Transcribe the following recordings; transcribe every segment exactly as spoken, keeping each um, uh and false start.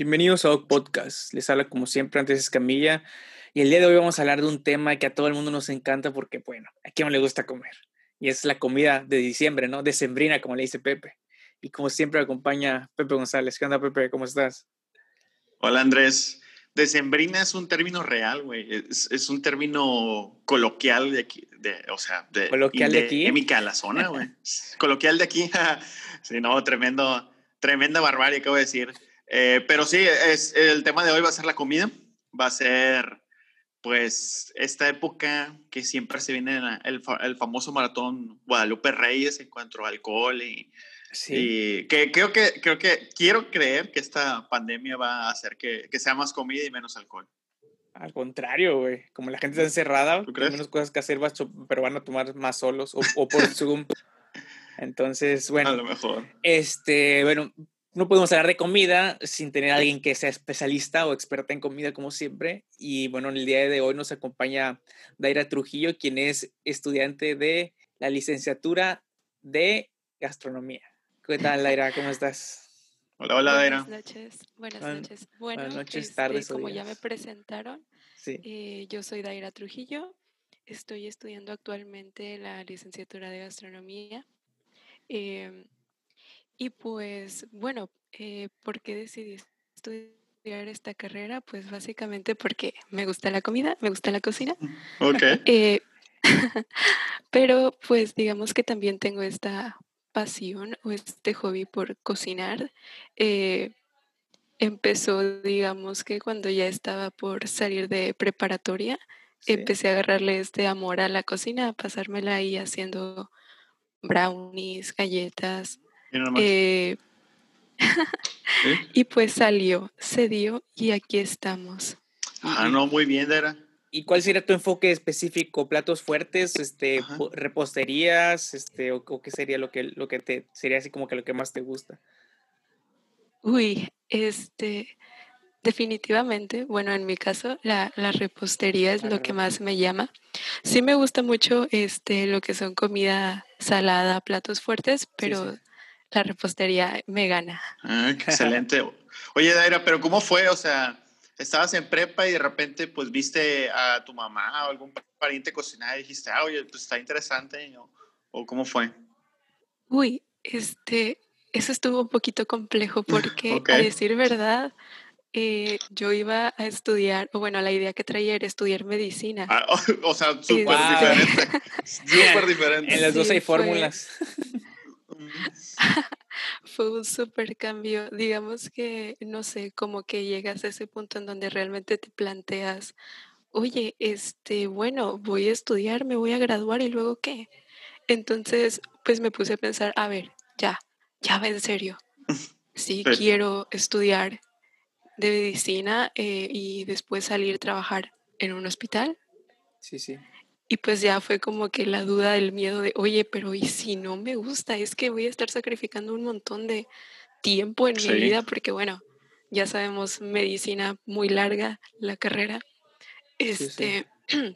Bienvenidos a Oc Podcast. Les habla como siempre Andrés Escamilla y el día de hoy vamos a hablar de un tema que a todo el mundo nos encanta porque, bueno, a quién no le gusta comer. Y es la comida de diciembre, ¿no? Decembrina, como le dice Pepe. Y como siempre me acompaña Pepe González. ¿Qué onda, Pepe? ¿Cómo estás? Hola, Andrés. Decembrina es un término real, güey. Es, es un término coloquial de aquí, de, o sea, de ¿Coloquial de aquí? endémica a la zona, güey. Coloquial de aquí. Sí, no, tremendo, tremenda barbarie, acabo de decir. Eh, pero sí, es, el tema de hoy va a ser la comida. Va a ser, pues, esta época que siempre se viene la- el, fa- el famoso maratón Guadalupe Reyes en cuanto a alcohol y Sí, y que creo que, creo que quiero creer que esta pandemia va a hacer que, que sea más comida y menos alcohol. al contrario, güey. Como la gente está encerrada, ¿Tú tiene crees? menos cosas que hacer, vas- pero van a tomar más solos o, o por Zoom. Entonces, A bueno, lo mejor. este, bueno, no podemos hablar de comida sin tener a alguien que sea especialista o experta en comida, como siempre. Y bueno, en el día de hoy nos acompaña Daira Trujillo, quien es estudiante de la licenciatura de gastronomía. ¿Qué tal, Daira? ¿Cómo estás? Hola, hola, Buenas Daira. noches, buenas Buenas, noches. buenas Bueno, noches, este, tardes o como ya me días. presentaron, Sí. eh, yo soy Daira Trujillo, estoy estudiando actualmente la licenciatura de gastronomía. em, y pues, bueno, eh, ¿por qué decidí estudiar esta carrera? Pues básicamente porque me gusta la comida, me gusta la cocina. Ok. eh, pero pues digamos que también tengo esta pasión o este hobby por cocinar. eh, Empezó, digamos que cuando ya estaba por salir de preparatoria, Sí. empecé a agarrarle este amor a la cocina, a pasármela ahí haciendo brownies, galletas, Y nada más. eh, ¿Sí? y pues salió, se dio y aquí estamos. ¿Y, Ah, y, no, muy bien, Daira. y cuál sería tu enfoque específico? ¿Platos fuertes, este, Ajá. po- reposterías, este, o, o qué sería lo que, lo que te, sería así como que lo que más te gusta? Uy, este, definitivamente, bueno, en mi caso, la, la repostería es La lo que rep- más me llama. Sí me gusta mucho este, lo que son comida salada, platos fuertes, Sí, sí. pero la repostería me gana. Ah, qué excelente. Oye, Daira, pero ¿cómo fue? O sea, estabas en prepa y de repente, pues, viste a tu mamá o algún pariente cocinar y dijiste, ah, oye, pues está interesante. O, ¿o cómo fue? Uy, este, eso estuvo un poquito complejo porque, Ok. a decir verdad, eh, yo iba a estudiar, o bueno, la idea que traía era estudiar medicina. Ah, o, o sea, súper Este, Wow. diferente. Mira, Súper en diferente. los dos sí, hay fue, fórmulas. fue un súper cambio. Digamos que, no sé, como que llegas a ese punto en donde realmente te planteas, oye, este, bueno, voy a estudiar, me voy a graduar y luego qué. Entonces, pues me puse a pensar, a ver, ya, ya va en serio. Sí, Sí. quiero estudiar de medicina eh, y después salir a trabajar en un hospital. Sí, sí. Y pues ya fue como que la duda, el miedo de, oye, pero ¿y si no me gusta? Es que voy a estar sacrificando un montón de tiempo en mi Sí. vida porque, bueno, ya sabemos, medicina muy larga la carrera. Sí, sí. Este,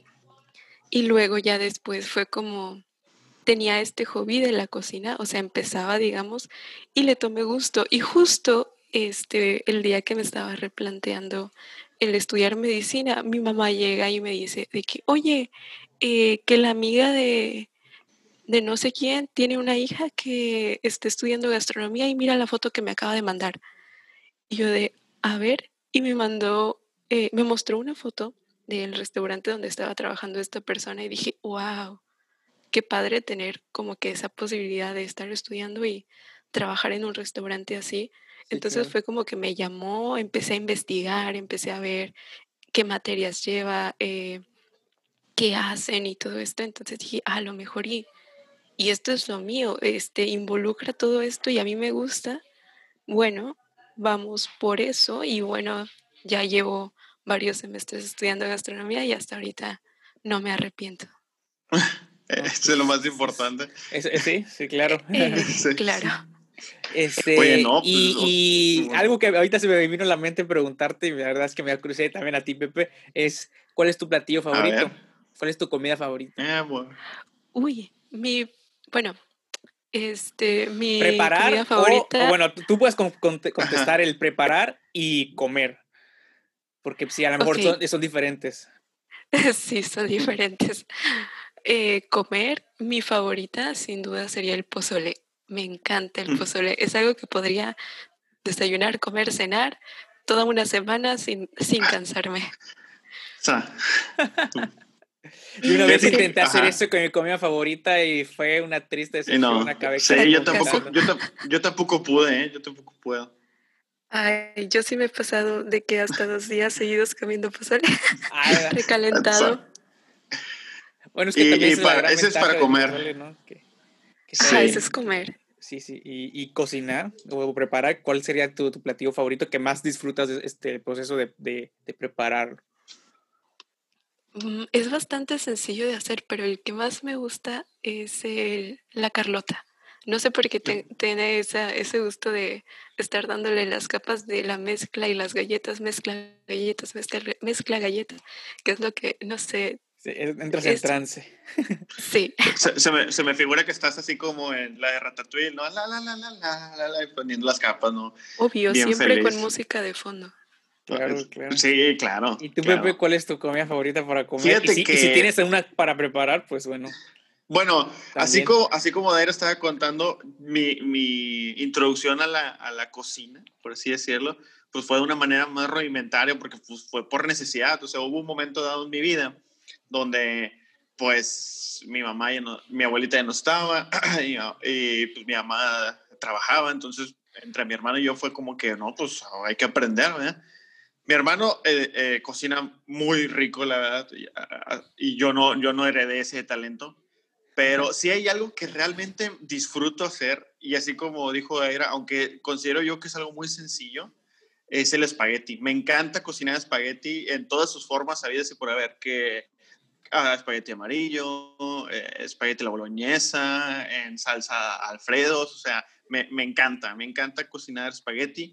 y luego ya después fue como, tenía este hobby de la cocina, o sea, empezaba, digamos, y le tomé gusto. Y justo este, el día que me estaba replanteando el estudiar medicina, mi mamá llega y me dice de que, oye, eh, que la amiga de, de no sé quién tiene una hija que está estudiando gastronomía y mira la foto que me acaba de mandar. Y yo de, a ver, y me mandó, eh, me mostró una foto del restaurante donde estaba trabajando esta persona y dije, wow, qué padre tener como que esa posibilidad de estar estudiando y trabajar en un restaurante así. Sí, Entonces claro. fue como que me llamó, empecé a investigar, empecé a ver qué materias lleva, eh, qué hacen y todo esto. Entonces dije, "Ah, a lo mejor y, y esto es lo mío, este, involucra todo esto y a mí me gusta. Bueno, vamos por eso y bueno, ya llevo varios semestres estudiando gastronomía y hasta ahorita no me arrepiento. No, Eso es lo pues, más es- es- importante. es- es- sí, sí, claro. Eh, Sí. claro. Oye, Este, no, pues, o- muy y, y bueno. algo que ahorita se me vino a la mente preguntarte, y la verdad es que me da curiosidad también a ti, Pepe, es ¿cuál es tu platillo A ver. favorito? ¿Cuál es tu comida favorita? Eh, bueno. Uy, mi, bueno, Este, mi Preparar comida o, o favorita, bueno, tú tú puedes con- con- Ajá. contestar el preparar y comer, porque sí, a lo mejor ok, son, son diferentes. sí, son diferentes. Eh, comer, mi favorita sin duda sería el pozole. Me encanta el pozole. Es algo que podría desayunar, comer, cenar toda una semana sin, sin cansarme. O sea, Yo una vez fíjate que, intenté hacer ajá. eso con mi comida favorita y fue una triste Y decepción, no, acabé casi sí, yo tampoco, vomitando. yo, tam- yo tampoco pude, ¿eh? Yo tampoco puedo. Ay, yo sí me he pasado de que hasta dos días seguidos comiendo pozole Ah, O sea, recalentado. bueno, es que también y, y esa es la para, gran ese es ventaja para del comer. pozole, ¿no? Que, que Ajá, sabe, eso Sí. es comer. sí, sí, y, y cocinar o preparar, ¿cuál sería tu, tu platillo favorito que más disfrutas de este proceso de, de, de preparar? Mm, Es bastante sencillo de hacer, pero el que más me gusta es el, la Carlota. No sé por qué te- tiene esa, ese gusto de estar dándole las capas de la mezcla y las galletas, mezcla galletas, mezcla, mezcla galletas, que es lo que, no sé, Sí, entras en es, trance. sí, Se, se me, se me figura que estás así como en la de Ratatouille, ¿no? La, la, la, la, la, la, la, y poniendo las capas, ¿no? obvio, Bien siempre con feliz. música de fondo. Claro, claro. Sí, claro, ¿Y tú, Pepe, claro. cuál es tu comida favorita para comer? Y Fíjate si, y si que, tienes una para preparar, pues bueno, bueno, así también. como, así como Daira estaba contando, mi, mi introducción a la, a la cocina, por así decirlo, pues fue de una manera más rudimentaria porque pues, fue por necesidad. O sea, hubo un momento dado en mi vida donde pues mi mamá ya no, mi abuelita ya no estaba y, y, pues mi mamá trabajaba, entonces entre mi hermano y yo fue como que no, pues hay que aprender, ¿verdad? Mi hermano eh, eh, cocina muy rico, la verdad, y, y yo, no, yo no heredé ese talento, pero sí hay algo que realmente disfruto hacer, y así como dijo Aira, aunque considero yo que es algo muy sencillo, es el espagueti. Me encanta cocinar espagueti en todas sus formas habidas y por haber, que ah, espagueti amarillo, eh, espagueti la boloñesa, en salsa Alfredo, o sea, me, me encanta, me encanta cocinar espagueti.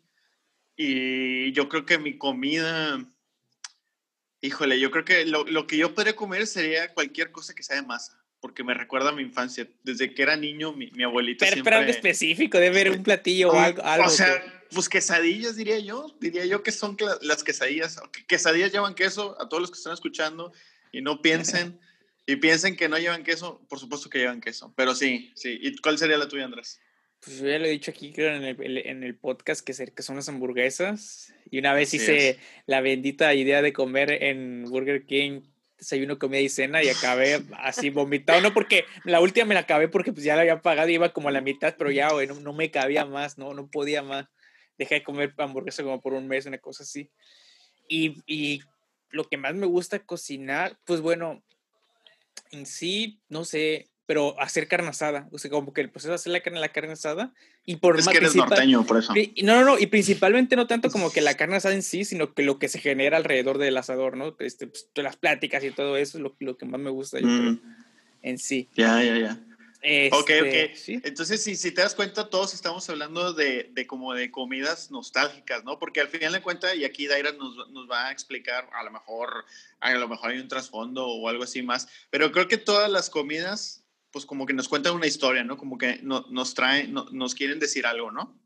Y yo creo que mi comida, híjole, yo creo que lo, lo que yo podría comer sería cualquier cosa que sea de masa, porque me recuerda a mi infancia. Desde que era niño, mi, mi abuelita Pero, pero algo siempre... específico, debe haber un platillo o Um, algo, o algo sea, que... pues quesadillas, diría yo. Diría yo que son cla- las quesadillas. Que quesadillas llevan queso, a todos los que están escuchando, y no piensen, y piensen que no llevan queso, por supuesto que llevan queso. Pero sí, sí. ¿Y cuál sería la tuya, Andrés? Pues yo ya lo he dicho aquí, creo, en el, en el podcast, que, ser, que son las hamburguesas. Y una vez Así es. hice la bendita idea de comer en Burger King desayuno, comida y cena y acabé así vomitado. No porque la última me la acabé porque pues ya la había pagado y iba como a la mitad, pero ya, güey, no, no me cabía más, no, no podía más. Dejé de comer hamburguesa como por un mes, una cosa así. Y, y lo que más me gusta cocinar, pues bueno, en sí, no sé, pero hacer carne asada, o sea, como que el proceso de hacer la carne, la carne asada, y por Es más que eres principal, norteño, por eso. pri- no, no, no, y principalmente no tanto como que la carne asada en sí, sino que lo que se genera alrededor del asador, ¿no? Este, pues, todas las pláticas y todo eso es lo, lo que más me gusta, yo creo, Mm, en sí. ya, ya, ya. Ok, ok. Este, sí, Entonces, si, si te das cuenta, todos estamos hablando de, de como de comidas nostálgicas, ¿no? Porque al final de cuentas, y aquí Daira nos, nos va a explicar, a lo mejor, a lo mejor hay un trasfondo o algo así más, pero creo que todas las comidas, pues como que nos cuentan una historia, ¿no? Como que no, nos traen, no, nos quieren decir algo, ¿no?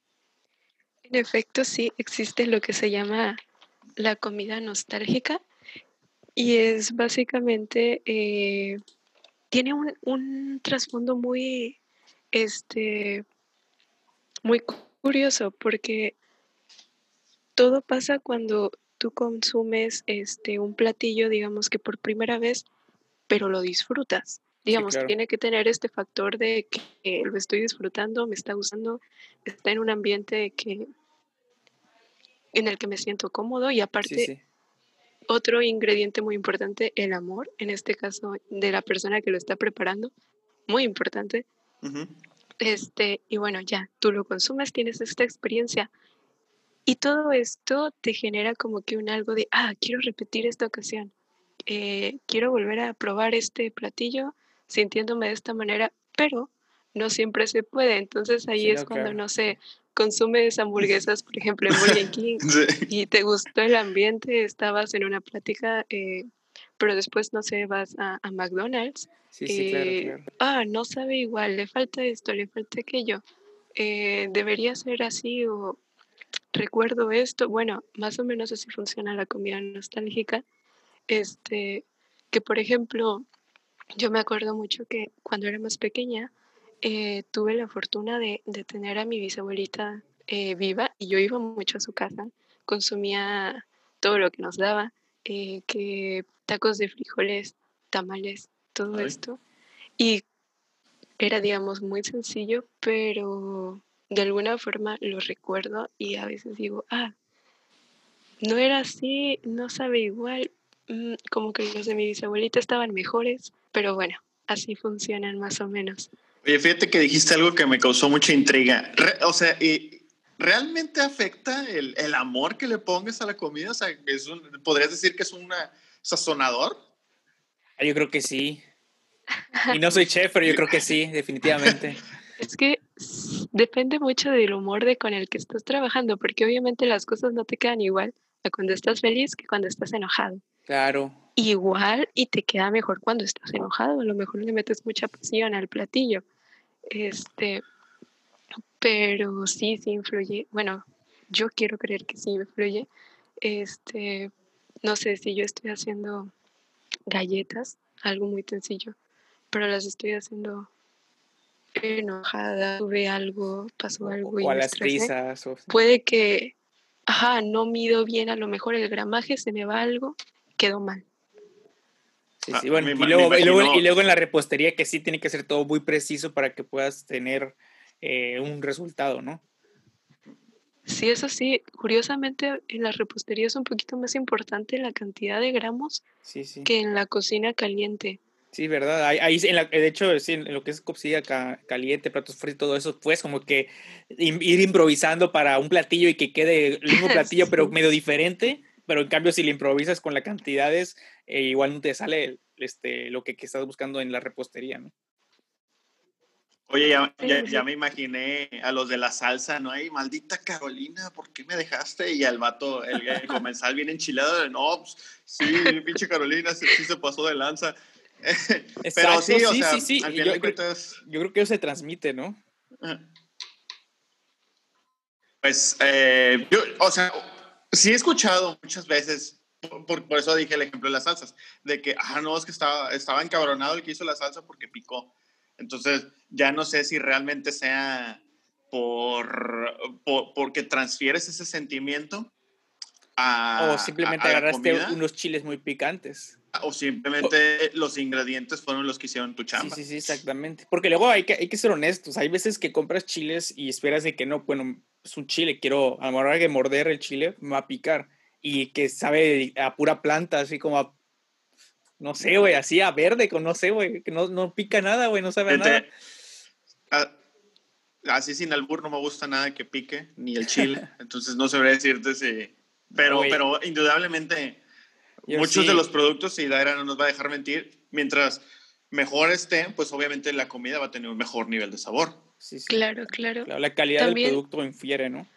En efecto, sí, existe lo que se llama la comida nostálgica y es básicamente, eh, tiene un, un trasfondo muy, este, muy curioso porque todo pasa cuando tú consumes este, un platillo, digamos que por primera vez, pero lo disfrutas. sí, Digamos, claro, tiene que tener este factor de que lo estoy disfrutando, me está gustando, está en un ambiente que, en el que me siento cómodo y sí, aparte sí, otro ingrediente muy importante, el amor, en este caso de la persona que lo está preparando, muy importante. Uh-huh. Este, y bueno, ya, tú lo consumes, tienes esta experiencia y todo esto te genera como que un algo de, ah, quiero repetir esta ocasión, eh, quiero volver a probar este platillo sintiéndome de esta manera, pero no siempre se puede. Entonces ahí sí, es no, cuando, claro, no sé, consumes hamburguesas, por ejemplo, en Burger King Sí. y te gustó el ambiente, estabas en una plática, eh, pero después, no sé, vas a, a McDonald's, Sí, sí, claro, eh, claro. ah, no sabe igual, le falta esto, le falta aquello, eh, debería ser así o recuerdo esto, bueno, más o menos así funciona la comida nostálgica, este, que por ejemplo, yo me acuerdo mucho que cuando era más pequeña, eh, tuve la fortuna de, de tener a mi bisabuelita eh, viva y yo iba mucho a su casa, consumía todo lo que nos daba, eh, que tacos de frijoles, tamales, todo Ay. esto. Y era, digamos, muy sencillo, pero de alguna forma lo recuerdo y a veces digo, ah, no era así, no sabe igual, mm, como que los de mi bisabuelita estaban mejores, pero bueno, así funcionan más o menos. Oye, fíjate que dijiste algo que me causó mucha intriga. Re- o sea, y ¿realmente afecta el, el amor que le pongas a la comida? O sea, es un, ¿podrías decir que es un sazonador? Ah, yo creo que sí. Y no soy chef, pero yo creo que sí, definitivamente. Es que s- depende mucho del humor de con el que estás trabajando, porque obviamente las cosas no te quedan igual a cuando estás feliz que cuando estás enojado. Claro. Igual y te queda mejor cuando estás enojado, a lo mejor le metes mucha pasión al platillo. Este, pero sí, sí influye. Bueno, yo quiero creer que sí influye. Este, no sé si yo estoy haciendo galletas, algo muy sencillo, pero las estoy haciendo enojada, tuve algo, pasó O, algo y o a me las estresé. prisas. O... Puede que, ajá, no mido bien, a lo mejor el gramaje, se me va algo, quedó mal. Sí, Ah, sí, me, bueno. Y ima- me luego, y, luego, y imagino. luego en la repostería que sí tiene que ser todo muy preciso para que puedas tener eh, un resultado, ¿no? Sí, eso sí, curiosamente en la repostería es un poquito más importante la cantidad de gramos Sí, sí. que en la cocina caliente. Sí, ¿verdad? Ahí, ahí en la- de hecho, sí, en lo que es cocina ca- caliente, platos fritos, todo eso, pues como que im- ir improvisando para un platillo y que quede el mismo platillo, pero Sí. medio diferente. Pero en cambio, si le improvisas con las cantidades, eh, igual no te sale este, lo que, que estás buscando en la repostería, ¿no? Oye, ya, Sí, ya, sí, ya sí. me imaginé a los de la salsa, ¿no? Ay, maldita Carolina, ¿por qué me dejaste? Y al vato, el, el comensal bien enchilado, de, no, pues, sí, pinche Carolina, sí, sí se pasó de lanza. Pero Exacto, sí, o sí, sea, sí, sí. al Y final yo de creo, cuentas, yo creo que eso se transmite, ¿no? eh, pues, eh, yo, o sea, sí he escuchado muchas veces, por, por eso dije el ejemplo de las salsas, de que, ah, no, es que estaba, estaba encabronado el que hizo la salsa porque picó. Entonces, ya no sé si realmente sea por, por porque transfieres ese sentimiento O a, a, simplemente a la agarraste comida unos chiles muy picantes. o simplemente los ingredientes fueron los que hicieron tu Sí, chamba. sí, sí, exactamente. Porque luego hay que, hay que ser honestos. Hay veces que compras chiles y esperas de que no, bueno, es un chile, quiero, a lo mejor hay que morder el chile, me va a picar. Y que sabe a pura planta, así como a, no sé, güey, así a verde, con no sé, güey, que no, no pica nada, güey, no sabe a nada. Fíjate, a- así sin albur no me gusta nada que pique, ni el chile. Entonces no sabría decirte si... No, Pero, güey, pero indudablemente yo muchos de sí, los productos, y Daira no nos va a dejar mentir, mientras mejor esté, pues obviamente la comida va a tener un mejor nivel de sabor. sí, sí. Claro, claro. Claro, la calidad del También, producto infiere, ¿no?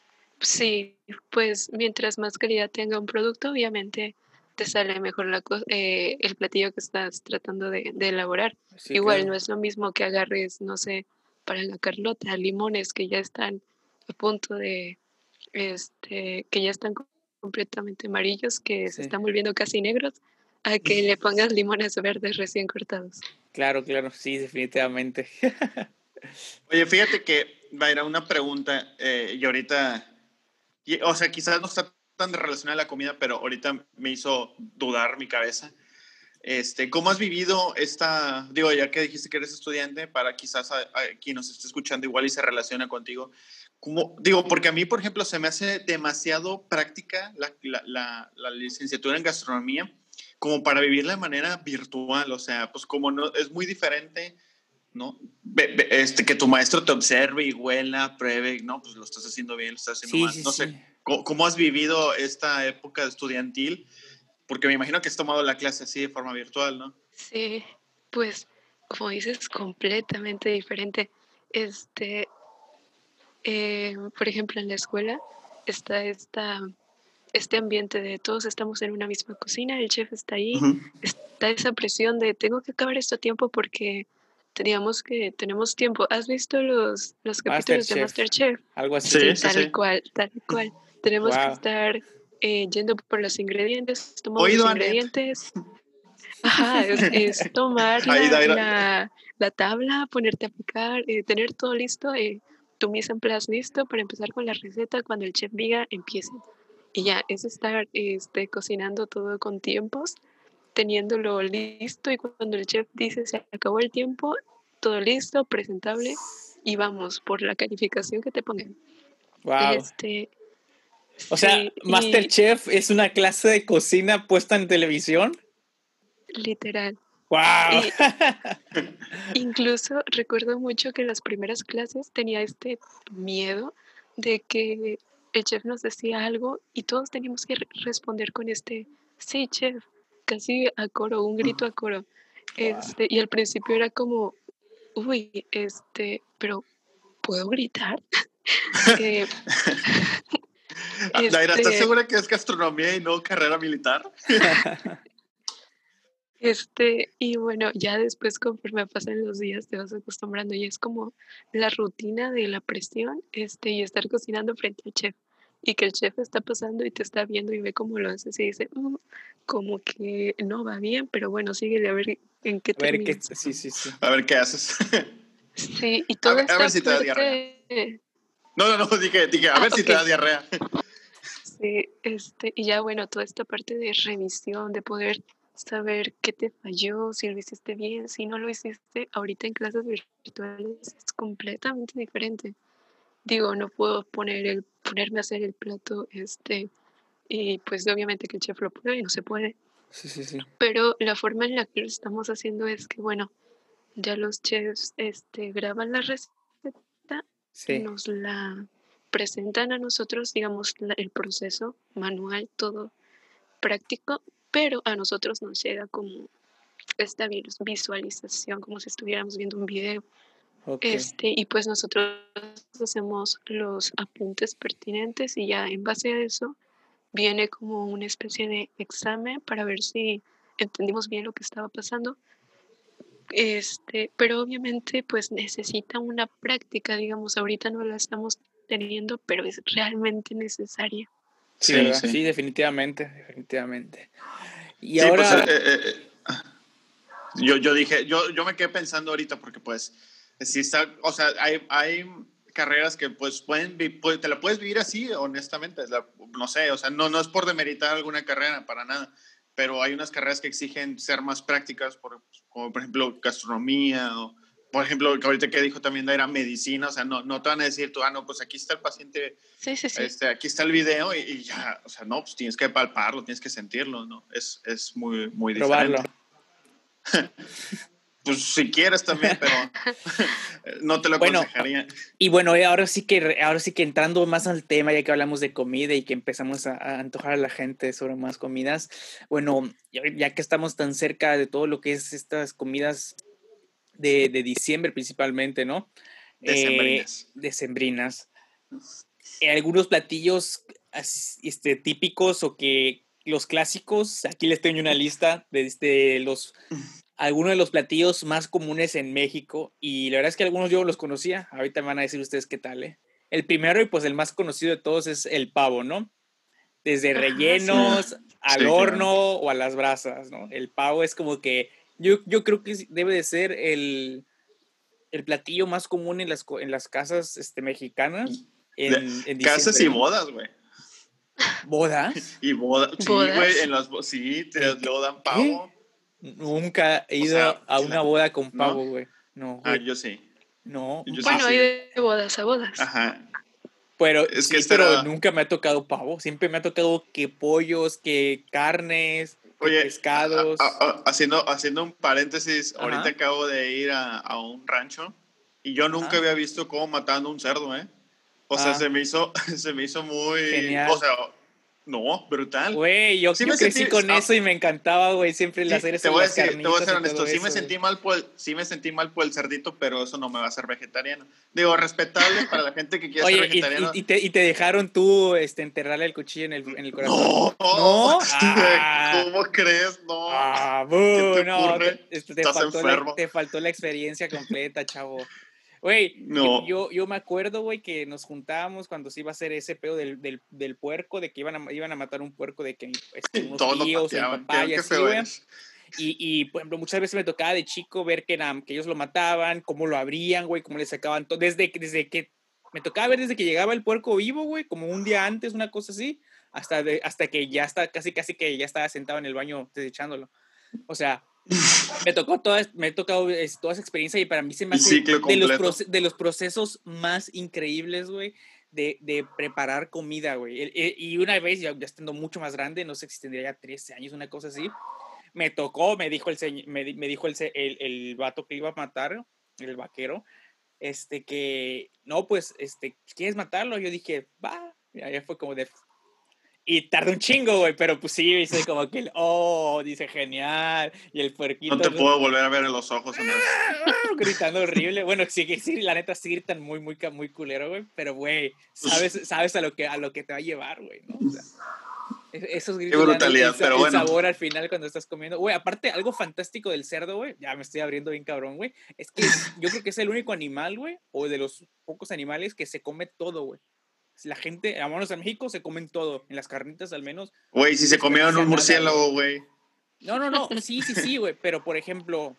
sí, pues mientras más calidad tenga un producto, obviamente te sale mejor la co- eh, el platillo que estás tratando de, de elaborar. Sí, Igual claro. no es lo mismo que agarres, no sé, para la Carlota, limones que ya están a punto de, este, que ya están co- completamente amarillos, que se Sí, están volviendo casi negros, a que le pongas limones verdes recién cortados. claro, claro, sí, definitivamente. Oye, fíjate que, Daira, una pregunta, eh, y ahorita, y- o sea, quizás no está tan relacionada a la comida, pero ahorita me hizo dudar mi cabeza. Este, ¿cómo has vivido esta, digo, ya que dijiste que eres estudiante, para quizás a, a quien nos esté escuchando igual y se relaciona contigo? ¿Cómo, digo, porque a mí, por ejemplo, se me hace demasiado práctica la, la, la, la licenciatura en gastronomía como para vivirla de manera virtual, o sea, pues como no, es muy diferente, ¿no? Ve, ve, este, que tu maestro te observe y huela, pruebe, no, pues lo estás haciendo bien, lo estás haciendo Sí, mal, sí, no sé, sí. ¿cómo, cómo has vivido esta época estudiantil? Porque me imagino que has tomado la clase así de forma virtual, ¿no? Sí, pues como dices, completamente diferente. Este, eh, por ejemplo, en la escuela está esta este ambiente de todos estamos en una misma cocina, el chef está ahí, Ujú. está esa presión de tengo que acabar esto a tiempo porque digamos que tenemos tiempo. ¿Has visto los, los capítulos de Masterchef, MasterChef? algo así. Sí, Sí, sí, tal sí. cual, tal cual. Tenemos que Wow. estar eh, yendo por los ingredientes, tomamos Oído, los Anet. ingredientes. Ajá, es, es tomar Ahí, la, Daira. la, la tabla, ponerte a picar, eh, tener todo listo, eh, tu mise en place listo para empezar con la receta cuando el chef diga empiece. Y ya, es estar este, cocinando todo con tiempos, teniéndolo listo y cuando el chef dice se acabó el tiempo, todo listo, presentable y vamos por la calificación que te pongan. Wow. Este, O sea, sí, y Masterchef es una clase de cocina puesta en televisión. literal. Wow. Y incluso recuerdo mucho que en las primeras clases tenía este miedo de que el chef nos decía algo y todos teníamos que re- responder con este, sí, chef, casi a coro, un grito a coro. Wow. Este, y al principio era como, uy, este, pero ¿puedo gritar? Eh, Daira, ¿estás este, segura que es gastronomía y no carrera militar? este, y bueno, ya después conforme pasan los días te vas acostumbrando y es como la rutina de la presión, este, y estar cocinando frente al chef. Y que el chef está pasando y te está viendo y ve cómo lo haces y dice, "Mm, como que no va bien, pero bueno, síguele a ver en qué A ver qué. terminas". Sí, sí, sí. A ver qué haces. Sí, y A toda ver, a esta ver si te da diarrea. parte, No, no, no, dije, dije, a ah, ver si ok, te da diarrea. sí, este, y ya bueno, toda esta parte de revisión, de poder saber qué te falló, si lo hiciste bien, si no lo hiciste, ahorita en clases virtuales es completamente diferente. Digo, no puedo poner el, ponerme a hacer el plato, este, y pues obviamente que el chef lo pruebe y no se puede, Sí, sí, sí. pero la forma en la que lo estamos haciendo es que, bueno, ya los chefs, este, graban la receta y Sí. nos la presentan a nosotros, digamos, la- el proceso manual, todo práctico, pero a nosotros nos llega como esta visualización, como si estuviéramos viendo un video. Ok. Este, y pues nosotros hacemos los apuntes pertinentes y ya en base a eso viene como una especie de examen para ver si entendimos bien lo que estaba pasando. Este, pero obviamente pues necesita una práctica, digamos, ahorita no la estamos teniendo, pero es realmente necesaria. Sí, Sí, ¿verdad? Sí, sí. definitivamente, definitivamente. Y Sí, pues eh, ahora, eh, eh, yo, yo dije, yo, yo me quedé pensando ahorita porque pues, si está, o sea, hay, hay carreras que pues pueden, vi- puede- te la puedes vivir así, honestamente, es la- no sé, o sea, no, no es por demeritar alguna carrera, para nada, pero hay unas carreras que exigen ser más prácticas, por, como por ejemplo gastronomía, o por ejemplo, que ahorita que dijo también era medicina, o sea, no, no te van a decir tú, ah, no, pues aquí está el paciente, Sí, sí, sí. este, aquí está el video y, y ya, o sea, no, pues tienes que palparlo, tienes que sentirlo, ¿no? Es, es muy, muy probarlo. diferente. Pues si quieres también, pero no te lo Bueno, aconsejaría. y bueno, eh, ahora sí que ahora sí que entrando más al tema, ya que hablamos de comida y que empezamos a, a antojar a la gente sobre más comidas, bueno, ya, ya que estamos tan cerca de todo lo que es estas comidas de, de diciembre principalmente, ¿no? Eh, Decembrinas. decembrinas. Eh, algunos platillos as- este, típicos o que los clásicos, aquí les tengo una lista de, de los algunos de los platillos más comunes en México y la verdad es que algunos yo los conocía, ahorita me van a decir ustedes qué tal, ¿eh? El primero y pues el más conocido de todos es el pavo, ¿no? Desde Ajá, sí. rellenos al Sí, claro. horno o a las brasas, ¿no? El pavo es como que yo, yo creo que debe de ser el, el platillo más común en las, en las casas este, mexicanas De, en, en casas diciembre, y ¿no? bodas, güey. ¿Bodas? Y bodas, sí, güey, ¿Bodas? en las bodas, sí, te ¿En lo dan qué? pavo. Nunca he O ido sea, a una boda con ¿no? pavo, güey. No, Ah, güey. yo sí. No, un Yo sí, Bueno, pavo. hay sí. de bodas a bodas. Ajá. Pero Es que sí, este pero era. nunca me ha tocado pavo. Siempre me ha tocado que pollos, que carnes, que Oye, a- a- pescados. a- haciendo, haciendo un paréntesis, ahorita Ajá, acabo de ir a, a un rancho y yo nunca ajá. había visto cómo matando un cerdo, ¿eh? O sea, Ah, se me hizo, se me hizo muy, o genial. sea, No, brutal. Güey, yo, Sí yo me crecí sentí- con ah, eso y me encantaba, güey, siempre Sí, las hacer te voy a las decir, te voy a carnitas ser y honesto, todo sí me eso, sentí güey. mal por el, sí me sentí mal por el cerdito, pero eso no me va a hacer vegetariano. Digo, respetable para la gente que quiere ser Oye, y, y, vegetariano. y te, y te dejaron tú este, enterrarle el cuchillo en el, en el corazón. No, ¿No? Ah, ¿cómo crees? No, ah, ¿qué bu, te no, te, ocurre? este, te Estás faltó la, enfermo. te faltó la experiencia completa, chavo. Güey, yo, No, yo, yo me acuerdo, güey, que nos juntábamos cuando se iba a hacer ese pedo del, del, del puerco, de que iban a, iban a matar un puerco, de que este, unos todos lo tíos o mi pateaban. papá Qué, y qué así, feo güey. eres. Y, y, por ejemplo, muchas veces me tocaba de chico ver que, na- que ellos lo mataban, cómo lo abrían, güey, cómo le sacaban todo. Desde, que- desde que me tocaba ver desde que llegaba el puerco vivo, güey, como un día antes, una cosa así, hasta, de, hasta que ya está, casi, casi que ya estaba sentado en el baño desechándolo. O sea, me tocó toda, me ha tocado es, toda esa experiencia y para mí se me El hace ciclo de los, completo. proce- de los procesos más increíbles, güey, de, de preparar comida, güey. El- el- Y una vez, ya, ya estando mucho más grande, no sé si tendría ya trece años, una cosa así, me tocó, me dijo el, señ- me, di- me dijo el, se- el, el vato que iba a matar, el vaquero, este, que, no, pues, este, ¿quieres matarlo? Yo dije, va, y ahí fue como de... Y tardó un chingo, güey, pero pues sí, dice como que, el, oh, dice genial, y el No puerquito te puedo volver a ver en los ojos, Andrés. gritando horrible. Bueno, sí, que sí, la neta sí gritan muy, muy, ca- muy culero, güey, pero, güey, sabes, sabes a lo que, a lo que te va a llevar, güey, ¿no? O sea, es- esos Qué gritos le dan el, el brutalidad, sa- pero el bueno. sabor al final cuando estás comiendo. Güey, aparte, algo fantástico del cerdo, güey, ya me estoy abriendo bien cabrón, güey, es que yo creo que es el único animal, güey, o de los pocos animales que se come todo, güey. La gente, vámonos a México, se comen todo, en las carnitas al menos, Güey, si no se comieron desperdicia un nada, güey. murciélago, güey. No, no, no, sí, sí, sí, güey, pero por ejemplo,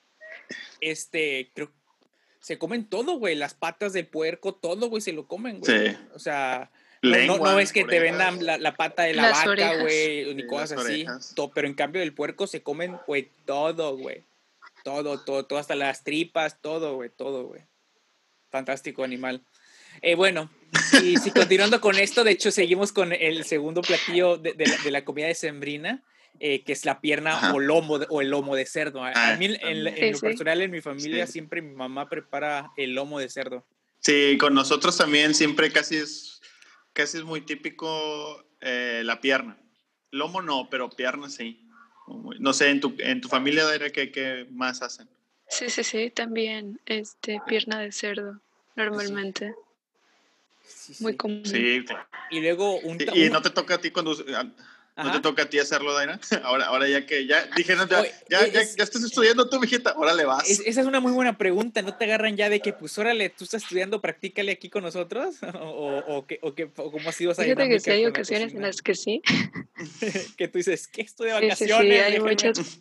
este, creo, se comen todo, güey, las patas de puerco, todo, güey, se lo comen, güey. Sí. O sea, no, no, no Lengua, es que te orejas. vendan la, la pata de la Las vaca, orejas. güey, ni Sí, cosas las así, orejas. to- pero en cambio del puerco se comen, güey, todo, güey. Todo, todo, todo, hasta las tripas, todo, güey, todo, güey. Fantástico animal. Eh, bueno, sí, sí, continuando con esto, de hecho, seguimos con el segundo platillo de, de la, de la comida decembrina, eh, que es la pierna Ajá. o lomo de, o el lomo de cerdo. A, a Ah, mí, en, también. en Sí, lo sí. personal, en mi familia, Sí. siempre mi mamá prepara el lomo de cerdo. Sí, con nosotros también siempre casi es, casi es muy típico eh, la pierna. Lomo no, pero pierna sí. No sé, en tu, en tu familia, Daira, ¿qué, qué más hacen? Sí, sí, sí, también este pierna de cerdo, normalmente, Sí, muy sí. común. Sí, claro. Y luego un... ta- ¿Y, y un- no te toca a ti cuando... ¿No Ajá. te toca a ti hacerlo, Daira? Ahora, ahora ya que ya dijeron, ya, Oye, ya, ya, es- ya estás estudiando tú, mijita, ahora le vas. es- esa es una muy buena pregunta. ¿No te agarran ya de que, pues, órale, tú estás estudiando, practícale aquí con nosotros? ¿O, o, qué- o, qué- o cómo ha sido esa Fíjate que sí dinámica hay con la ocasiones en cocina? las que sí. Que tú dices, ¿qué? Estoy de Sí, sí, vacaciones, sí, hay déjenme- muchas.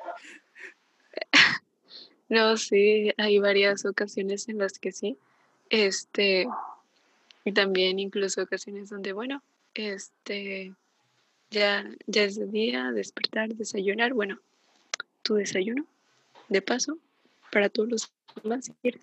No, sí, hay varias ocasiones en las que sí. Este, y también incluso ocasiones donde, bueno, este, ya, ya es de día, despertar, desayunar. Bueno, tu desayuno, de paso, para todos los demás, si quieres.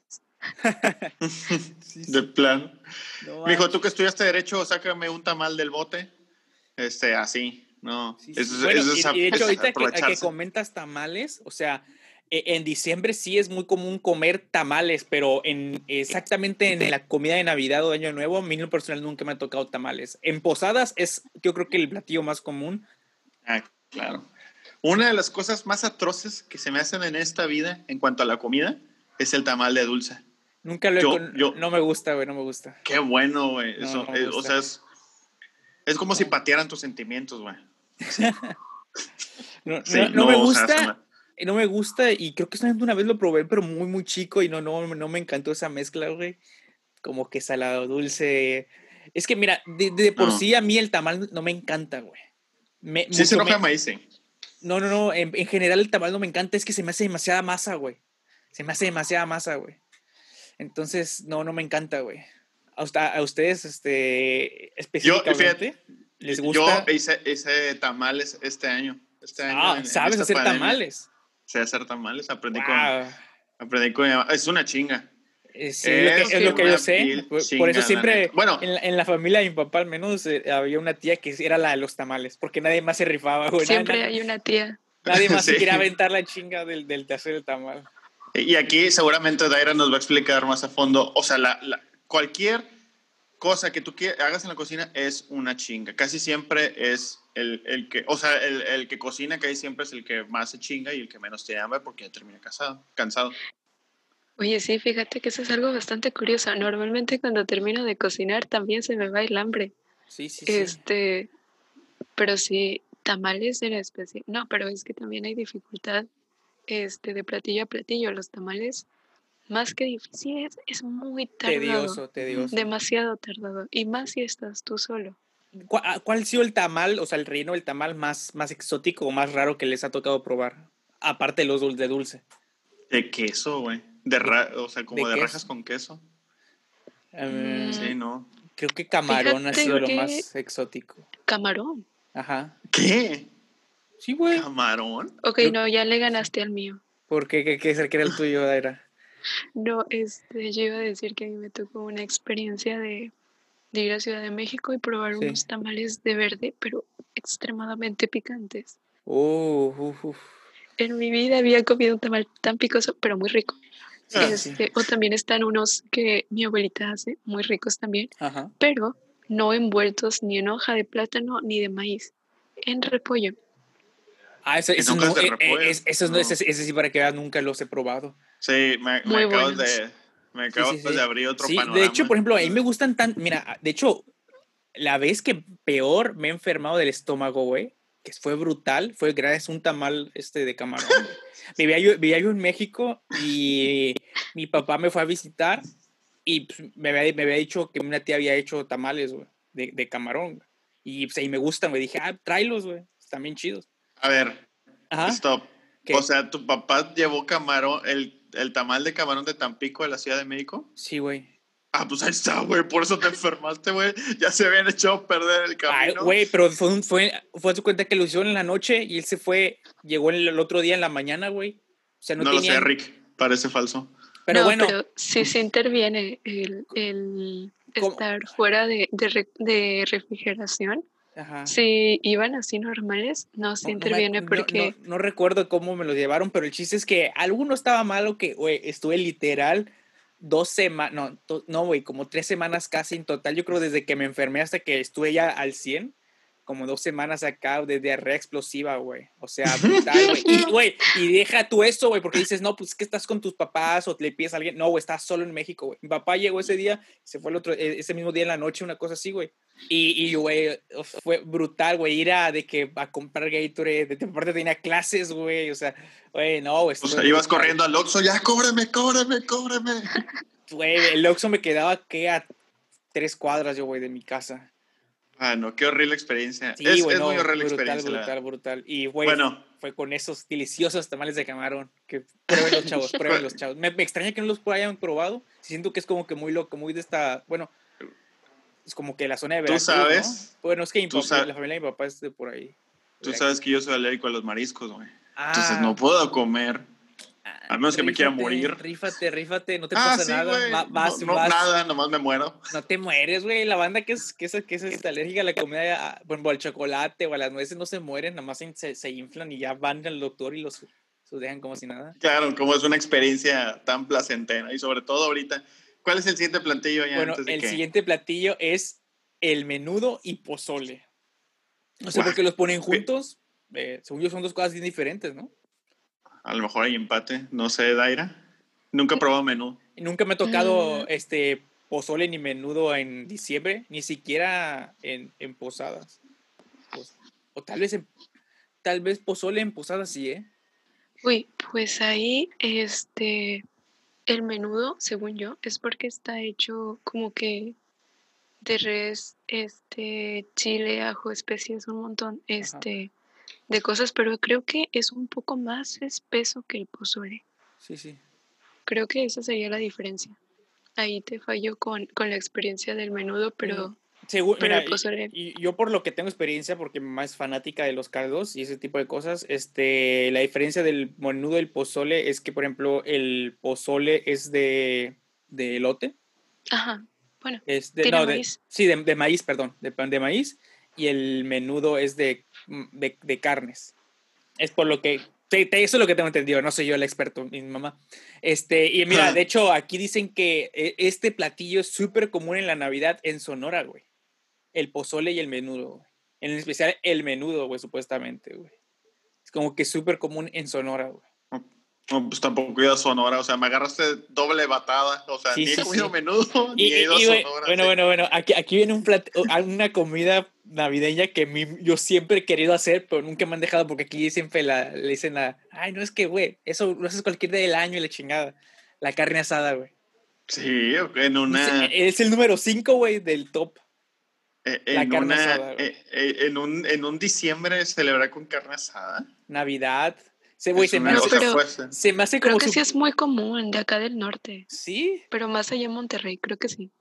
Sí, De sí. plan. No Mijo, tú manches. que estudiaste Derecho, sácame un tamal del bote. Este, así, ¿no? Sí, sí. Eso es, Bueno, eso y, es y de ap- hecho, es ahorita que, que aprovecharse. comentas tamales, o sea, eh, en diciembre sí es muy común comer tamales, pero en exactamente en la comida de Navidad o de Año Nuevo, a mí en lo personal nunca me ha tocado tamales. En posadas es, yo creo que el platillo más común. Ah, claro. Una de las cosas más atroces que se me hacen en esta vida en cuanto a la comida es el tamal de dulce. Nunca lo he Yo- con- yo- No me gusta, güey, no me gusta. Qué bueno, güey. No, Eso, no me es- o gusta. sea, es, es como No. si patearan tus sentimientos, güey. No, Sí, no, no no, me o sea, se gusta. me- No me gusta y creo que solamente una vez lo probé, pero muy, muy chico y no, no, no me encantó esa mezcla, güey. Como que salado, dulce. Es que mira, de, de por No. sí a mí el tamal no me encanta, güey. Me, Sí se mucho enoja me- maíz, sí. No, no, no, en, en general el tamal no me encanta, es que se me hace demasiada masa, güey. Se me hace demasiada masa, güey. Entonces, no, no me encanta, güey. A, usted- a ustedes, este, específicamente, ¿les gusta? Yo hice, hice tamales este año. Este año Ah, en, en ¿sabes esta hacer pandemia. tamales? Sé hacer tamales, aprendí con, Wow. aprendí con mi mamá. Es una chinga. Eh, sí, es lo que, Es es lo que una yo sé. vil Por, chinga, por eso la siempre neta. Bueno, en la, en la familia de mi papá al menos eh, había una tía que era la de los tamales, porque nadie más se rifaba, güey. Siempre Nadie, hay una tía. nadie más se Sí. quería aventar la chinga del, del de hacer el tamal. y aquí seguramente Daira nos va a explicar más a fondo. O sea, la, la- cualquier cosa que tú que hagas en la cocina es una chinga. Casi siempre es el, el que, o sea, el, el que cocina casi siempre es el que más se chinga y el que menos tiene hambre porque ya termina casado, cansado. Oye, sí, fíjate que eso es algo bastante curioso. Normalmente cuando termino de cocinar también se me va el hambre. Sí, sí, sí. Este, pero sí, tamales en especie. No, pero es que también hay dificultad este, de platillo a platillo. Los tamales, más que difícil, es, es muy tardado. Tedioso, tedioso. Demasiado tardado. Y más si estás tú solo. ¿Cuál, ¿Cuál ha sido el tamal, o sea, el relleno, el tamal más, más exótico o más raro que les ha tocado probar? Aparte de los dul- de dulce. De queso, güey. De ra- o sea, como de de, queso. rajas con queso. Um, Sí, ¿no? Creo que camarón Fíjate ha sido lo que- más exótico. Camarón. Ajá. ¿Qué? Sí, güey. ¿Camarón? Ok, Creo- no, ya le ganaste al mío. ¿Por qué? ¿Qué, qué es el que era el tuyo, Daira? No, este, yo iba a decir que a mí me tocó una experiencia de, de ir a Ciudad de México y probar Sí. unos tamales de verde, pero extremadamente picantes. Uh, uf, uf. En mi vida había comido un tamal tan picoso, pero muy rico. Sí, sí, sí. Este, o también están unos que mi abuelita hace, muy ricos también, Ajá. pero no envueltos ni en hoja de plátano ni de maíz, en repollo. Ah, eso, En eso hojas no, de eh, eh, repollo. es- eso no, No. ese, ese sí para que veas, nunca los he probado. Sí, me, me Muy acabas buenos. de, me Sí, acabas sí, sí. de abrir otro Sí, panorama. de hecho, por ejemplo, a mí me gustan tan, mira, de hecho, la vez que peor me he enfermado del estómago, güey, que fue brutal, fue gracias a un tamal este de camarón, güey. Vivía yo, vivía yo en México y mi papá me fue a visitar y pues, me, había, me había dicho que una tía había hecho tamales, güey, de, de camarón, güey. Y pues ahí me gustan, güey. Dije, ah, tráelos, güey, están bien chidos. A ver, Ajá. stop. ¿Qué? O sea, ¿tu papá llevó camarón, el, el tamal de camarón de Tampico de la Ciudad de México? Sí, güey. Ah, pues ahí está, güey. Por eso te enfermaste, güey. Ya se habían echado a perder el Ay, camino. güey, pero fue, un, fue, fue a su cuenta que lo hicieron en la noche y él se fue, llegó el, el otro día en la mañana, güey. O sea, no, no lo tenían... sé, Rick. Parece falso. Pero no, bueno, pero sí se interviene el, el ¿cómo? estar fuera de, de, re- de refrigeración. Ajá. Si iban así normales, no se No, no, me, interviene no, porque... no, no recuerdo cómo me lo llevaron, pero el chiste es que alguno estaba malo que, güey, estuve literal dos semanas, no, to, no, güey, como tres semanas casi en total. Yo creo desde que me enfermé hasta que estuve ya al cien, como dos semanas acá de diarrea explosiva, güey. O sea, brutal, güey. Y, güey, y deja tú eso, güey, porque dices, no, pues que estás con tus papás o le pides a alguien. No, güey, estás solo en México, güey. Mi papá llegó ese día, se fue el otro, ese mismo día en la noche, una cosa así, güey. Y, y, güey, fue brutal, güey, ir a, de que, a comprar Gatorade, de parte tenía clases, güey, o sea, güey, no, güey. O sea, ibas corriendo al Oxxo, ya, cóbreme, cóbreme, cóbreme. Güey, el Oxxo me quedaba, ¿qué? A tres cuadras, yo, güey, de mi casa. Ah, no, qué horrible experiencia. Sí, es, güey, es no, muy horrible brutal, experiencia. brutal, La... brutal. Y, güey, bueno. fue con esos deliciosos tamales de camarón. Que prueben los chavos, prueben los chavos. Me, me extraña que no los hayan probado. Siento que es como que muy loco, muy de esta, bueno, es como que la zona de Veracruz, tú sabes, ¿no? Bueno, es que mi papá, sabes, la familia de mi papá es de por ahí. Tú sabes que yo soy alérgico a los mariscos, güey. Ah, entonces no puedo comer. A menos que rífate, me quiera morir. Rífate, rífate, no te ah, pasa sí, nada. Va, vas, no, no, vas, nada, nomás me muero. No te mueres, güey. La banda que es, que es, que es esta, alérgica a la comida, a, por ejemplo, al chocolate o a las nueces, no se mueren, nada más se, se inflan y ya van al doctor y los, los dejan como si nada. Claro, como es una experiencia tan placentera y sobre todo ahorita. ¿Cuál es el siguiente platillo ya Bueno, antes de el que... siguiente platillo es el menudo y pozole. No sé Guau. por qué los ponen juntos. Eh, según yo son dos cosas bien diferentes, ¿no? A lo mejor hay empate. No sé, Daira. Nunca he probado menú. Nunca me ha tocado Mm. este pozole ni menudo en diciembre, ni siquiera en, en posadas. Pues, o tal vez en, tal vez pozole en posadas sí, ¿eh? Uy, pues ahí, este, el menudo, según yo, es porque está hecho como que de res, este, chile, ajo, especias, un montón, este, de cosas, pero creo que es un poco más espeso que el pozole. Sí, sí. Creo que esa sería la diferencia. Ahí te fallo con, con la experiencia del menudo, pero, Mm, según, pero mira, el pozole... y, y yo por lo que tengo experiencia, porque mi mamá es fanática de los caldos y ese tipo de cosas, este, la diferencia del menudo y el pozole es que, por ejemplo, el pozole es de, de elote. Ajá, bueno, Es de, tiene no, de, maíz. sí, de, de maíz, perdón, de pan de maíz, y el menudo es de, de, de carnes. Es por lo que te- te- eso es lo que tengo entendido, no soy yo el experto, mi mamá. Este, y mira, de hecho, aquí dicen que eh, este platillo es súper común en la Navidad en Sonora, güey. El pozole y el menudo, güey. En especial el menudo, güey, supuestamente, güey. Es como que súper común en Sonora, güey. No, pues tampoco he ido a Sonora, o sea, me agarraste doble batada, o sea, Sí, ni he sí, comido sí. menudo, Y, ni he ido y- y, a güey, Sonora. bueno, Sí. bueno, bueno, aquí, aquí viene un plat- una comida navideña que mi- yo siempre he querido hacer, pero nunca me han dejado porque aquí siempre la, le dicen a, ay, no es que, güey, eso lo haces cualquier día del año y la chingada. La carne asada, güey. Sí, en Es, una, es el número cinco, güey, del top. eh, La en carne una, asada, güey. eh, eh, en un, en un diciembre celebrar con carne asada. Navidad. Se, güey, Es se me una, No, o hace, sea, pero pues, se me hace creo como que su... sí es muy común de acá del norte, Sí, pero más allá en Monterrey, creo que sí.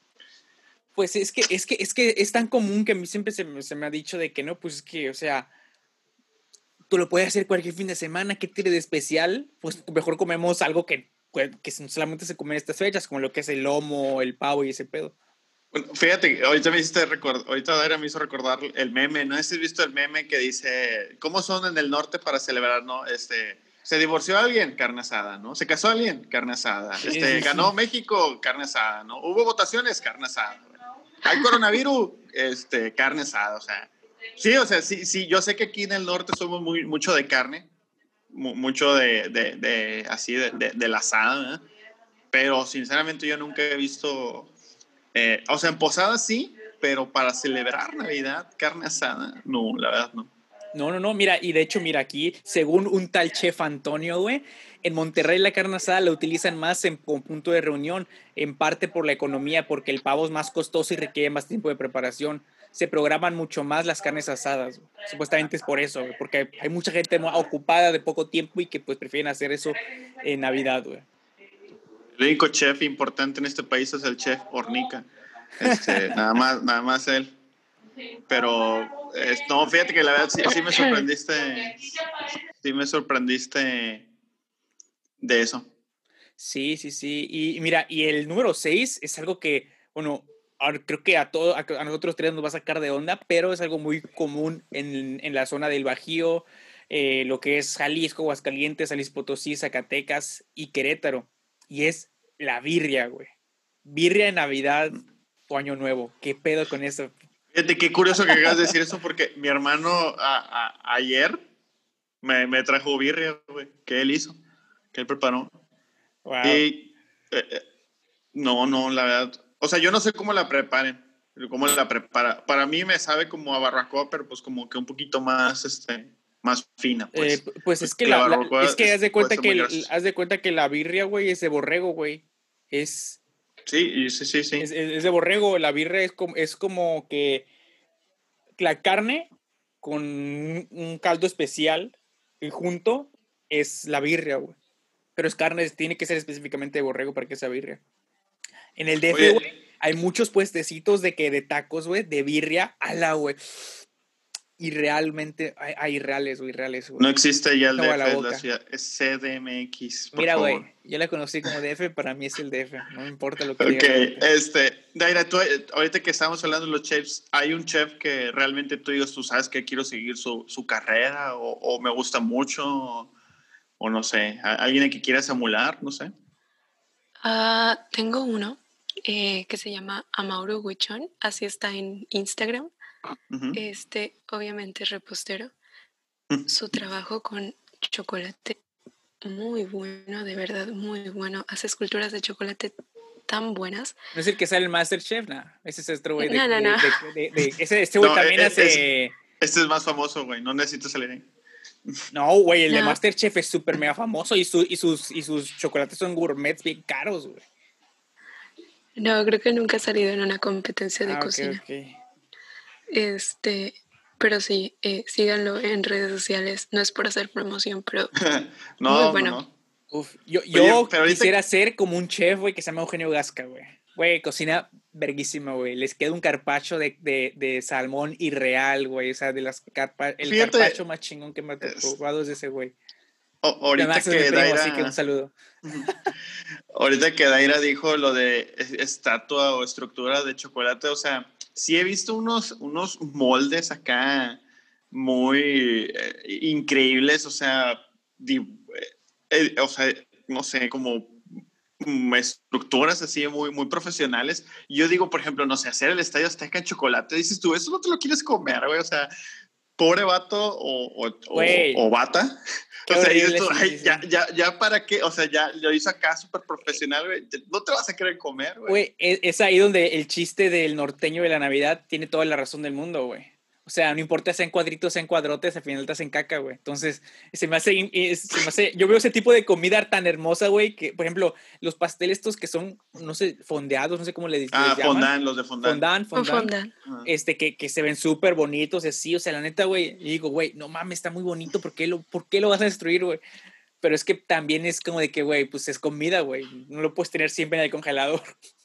pues es que, es que, es que es tan común que a mí siempre se me, se me ha dicho de que no, pues es que, o sea, tú lo puedes hacer cualquier fin de semana, ¿qué tiene de especial? Pues mejor comemos algo que, que solamente se come en estas fechas, como lo que es el lomo, el pavo y ese pedo. bueno, fíjate, ahorita me hiciste recordar, ahorita Daira me hizo recordar el meme, ¿no? ¿Has visto el meme que dice, ¿cómo son en el norte para celebrar, no? Este, se divorció alguien, carne asada, ¿no? Se casó alguien, carne asada. Sí, Este, sí, ganó sí. México, carne asada, ¿no? Hubo votaciones, carne asada. Hay coronavirus, este, carne asada, o sea. Sí, o sea, sí, sí, yo sé que aquí en el norte somos muy, mucho de carne, mu- mucho de, de, de así, de, de, de la asada, ¿eh? Pero sinceramente yo nunca he visto, eh, o sea, en posadas sí, pero para celebrar Navidad, carne asada, no, la verdad no. No, no, no, mira, y de hecho, mira, aquí, según un tal chef Antonio, güey, en Monterrey la carne asada la utilizan más en, como punto de reunión, en parte por la economía, porque el pavo es más costoso y requiere más tiempo de preparación. Se programan mucho más las carnes asadas, güey. Supuestamente es por eso, güey, porque hay mucha gente ocupada de poco tiempo y que pues prefieren hacer eso en Navidad, güey. El único chef importante en este país es el chef Hornica. Este, nada más, nada más él. Pero, es, no, fíjate que la verdad sí, sí me sorprendiste, sí me sorprendiste de eso. Sí, sí, sí. Y, y mira, y el número seis es algo que, bueno, ahora creo que a, todo, a, a nosotros tres nos va a sacar de onda, pero es algo muy común en, en la zona del Bajío, eh, lo que es Jalisco, Aguascalientes, Jalisco Potosí, Zacatecas y Querétaro. Y es la birria, güey. Birria de Navidad o Año Nuevo. ¿Qué pedo con eso? Fíjate, qué curioso que acabas de decir eso porque mi hermano a, a, ayer me, me trajo birria, güey, que él hizo, que él preparó. Wow. Y eh, eh, no, no, la verdad. O sea, yo no sé cómo la preparen, cómo la prepara. Para mí me sabe como a barbacoa, pero pues como que un poquito más, este, más fina, pues. Eh, pues es que Porque la la, la- barbacoa es que haz es, de puede cuenta ser que muy el- grasosa. haz de cuenta que la birria, güey, es de borrego, güey. Es Sí, y sí, sí, sí. Es, es- es de borrego, la birria es como, es como que la carne con un, un caldo especial y junto es la birria, güey. Pero es carne, tiene que ser específicamente de borrego para que sea birria. En el D F, Oye, güey, hay muchos puestecitos de que de tacos, güey, de birria, ala, güey. Y realmente, hay, hay reales, güey, reales, güey. no existe ya el Agua a la D F, es la boca. ciudad, es C D M X, por Mira, favor. güey, yo la conocí como D F, para mí es el D F. No me importa lo que Ok, diga la gente. este, Daira, tú, eh, ahorita que estamos hablando de los chefs, ¿hay un chef que realmente tú digas, tú sabes que quiero seguir su, su carrera o, o me gusta mucho o, o no sé, ¿a- alguien a que quieras emular? No sé. Ah, tengo uno eh, que se llama Amauro Huichón, así está en Instagram. Ujú. Este, obviamente, es repostero. Su trabajo con chocolate, muy bueno, de verdad, muy bueno. Hace esculturas de chocolate tan buenas. No es el que sale en Masterchef, nada. Ese es otro güey de, No, no, de, no. de, de, de- ese, este güey No, también e- e- es, hace. este es más famoso, güey, no necesito salir ahí. No, güey, el de No, Masterchef es súper mega famoso y, su, y, sus, y sus chocolates son gourmets bien caros, güey. no, creo que nunca ha salido en una competencia de Ah, ok, cocina. ok. Este, pero sí, eh, síganlo en redes sociales. No es por hacer promoción, pero muy No, no, bueno. no. Uf, yo, Oye, yo pero ahorita- quisiera ser como un chef, güey, que se llama Eugenio Gasca, güey. Güey, cocina verguísima, güey. Les queda un carpacho de, de, de salmón irreal, güey. O sea, de las carpa el Fíjate, carpacho más chingón que me ha es- probado es de ese güey. o- Además ahorita es mi que primo, así que un Daira, saludo. ahorita que Daira dijo lo de es- estatua o estructura de chocolate, o sea, sí he visto unos, unos moldes acá muy eh, increíbles, o sea, eh, o sea, no sé, como estructuras así muy, muy profesionales. Yo digo, por ejemplo, no sé, hacer el Estadio Azteca en chocolate, dices tú, eso no te lo quieres comer, güey, o sea, pobre vato o, o, o, o bata. Qué o sea, horrible, dices tú, sí, ay, sí, sí. ya, ya, ya para qué, o sea, ya lo hizo acá súper profesional, güey, no te vas a querer comer, güey. Güey, es, es ahí donde el chiste del norteño de la Navidad tiene toda la razón del mundo, güey. O sea, no importa sea en cuadritos, sea en cuadrotes, al final te hacen caca, güey. Entonces, se me hace, se me hace, yo veo ese tipo de comida tan hermosa, güey, que, por ejemplo, los pasteles estos que son, no sé, fondeados, no sé cómo les, Ah, les llaman. fondant, los de fondant. Fondant, fondant. fondant. Este, que, que se ven súper bonitos, así, o sea, la neta, güey, y digo, güey, no mames, está muy bonito, ¿por qué lo, por qué lo vas a destruir, güey? Pero es que también es como de que, güey, pues es comida, güey, no lo puedes tener siempre en el congelador.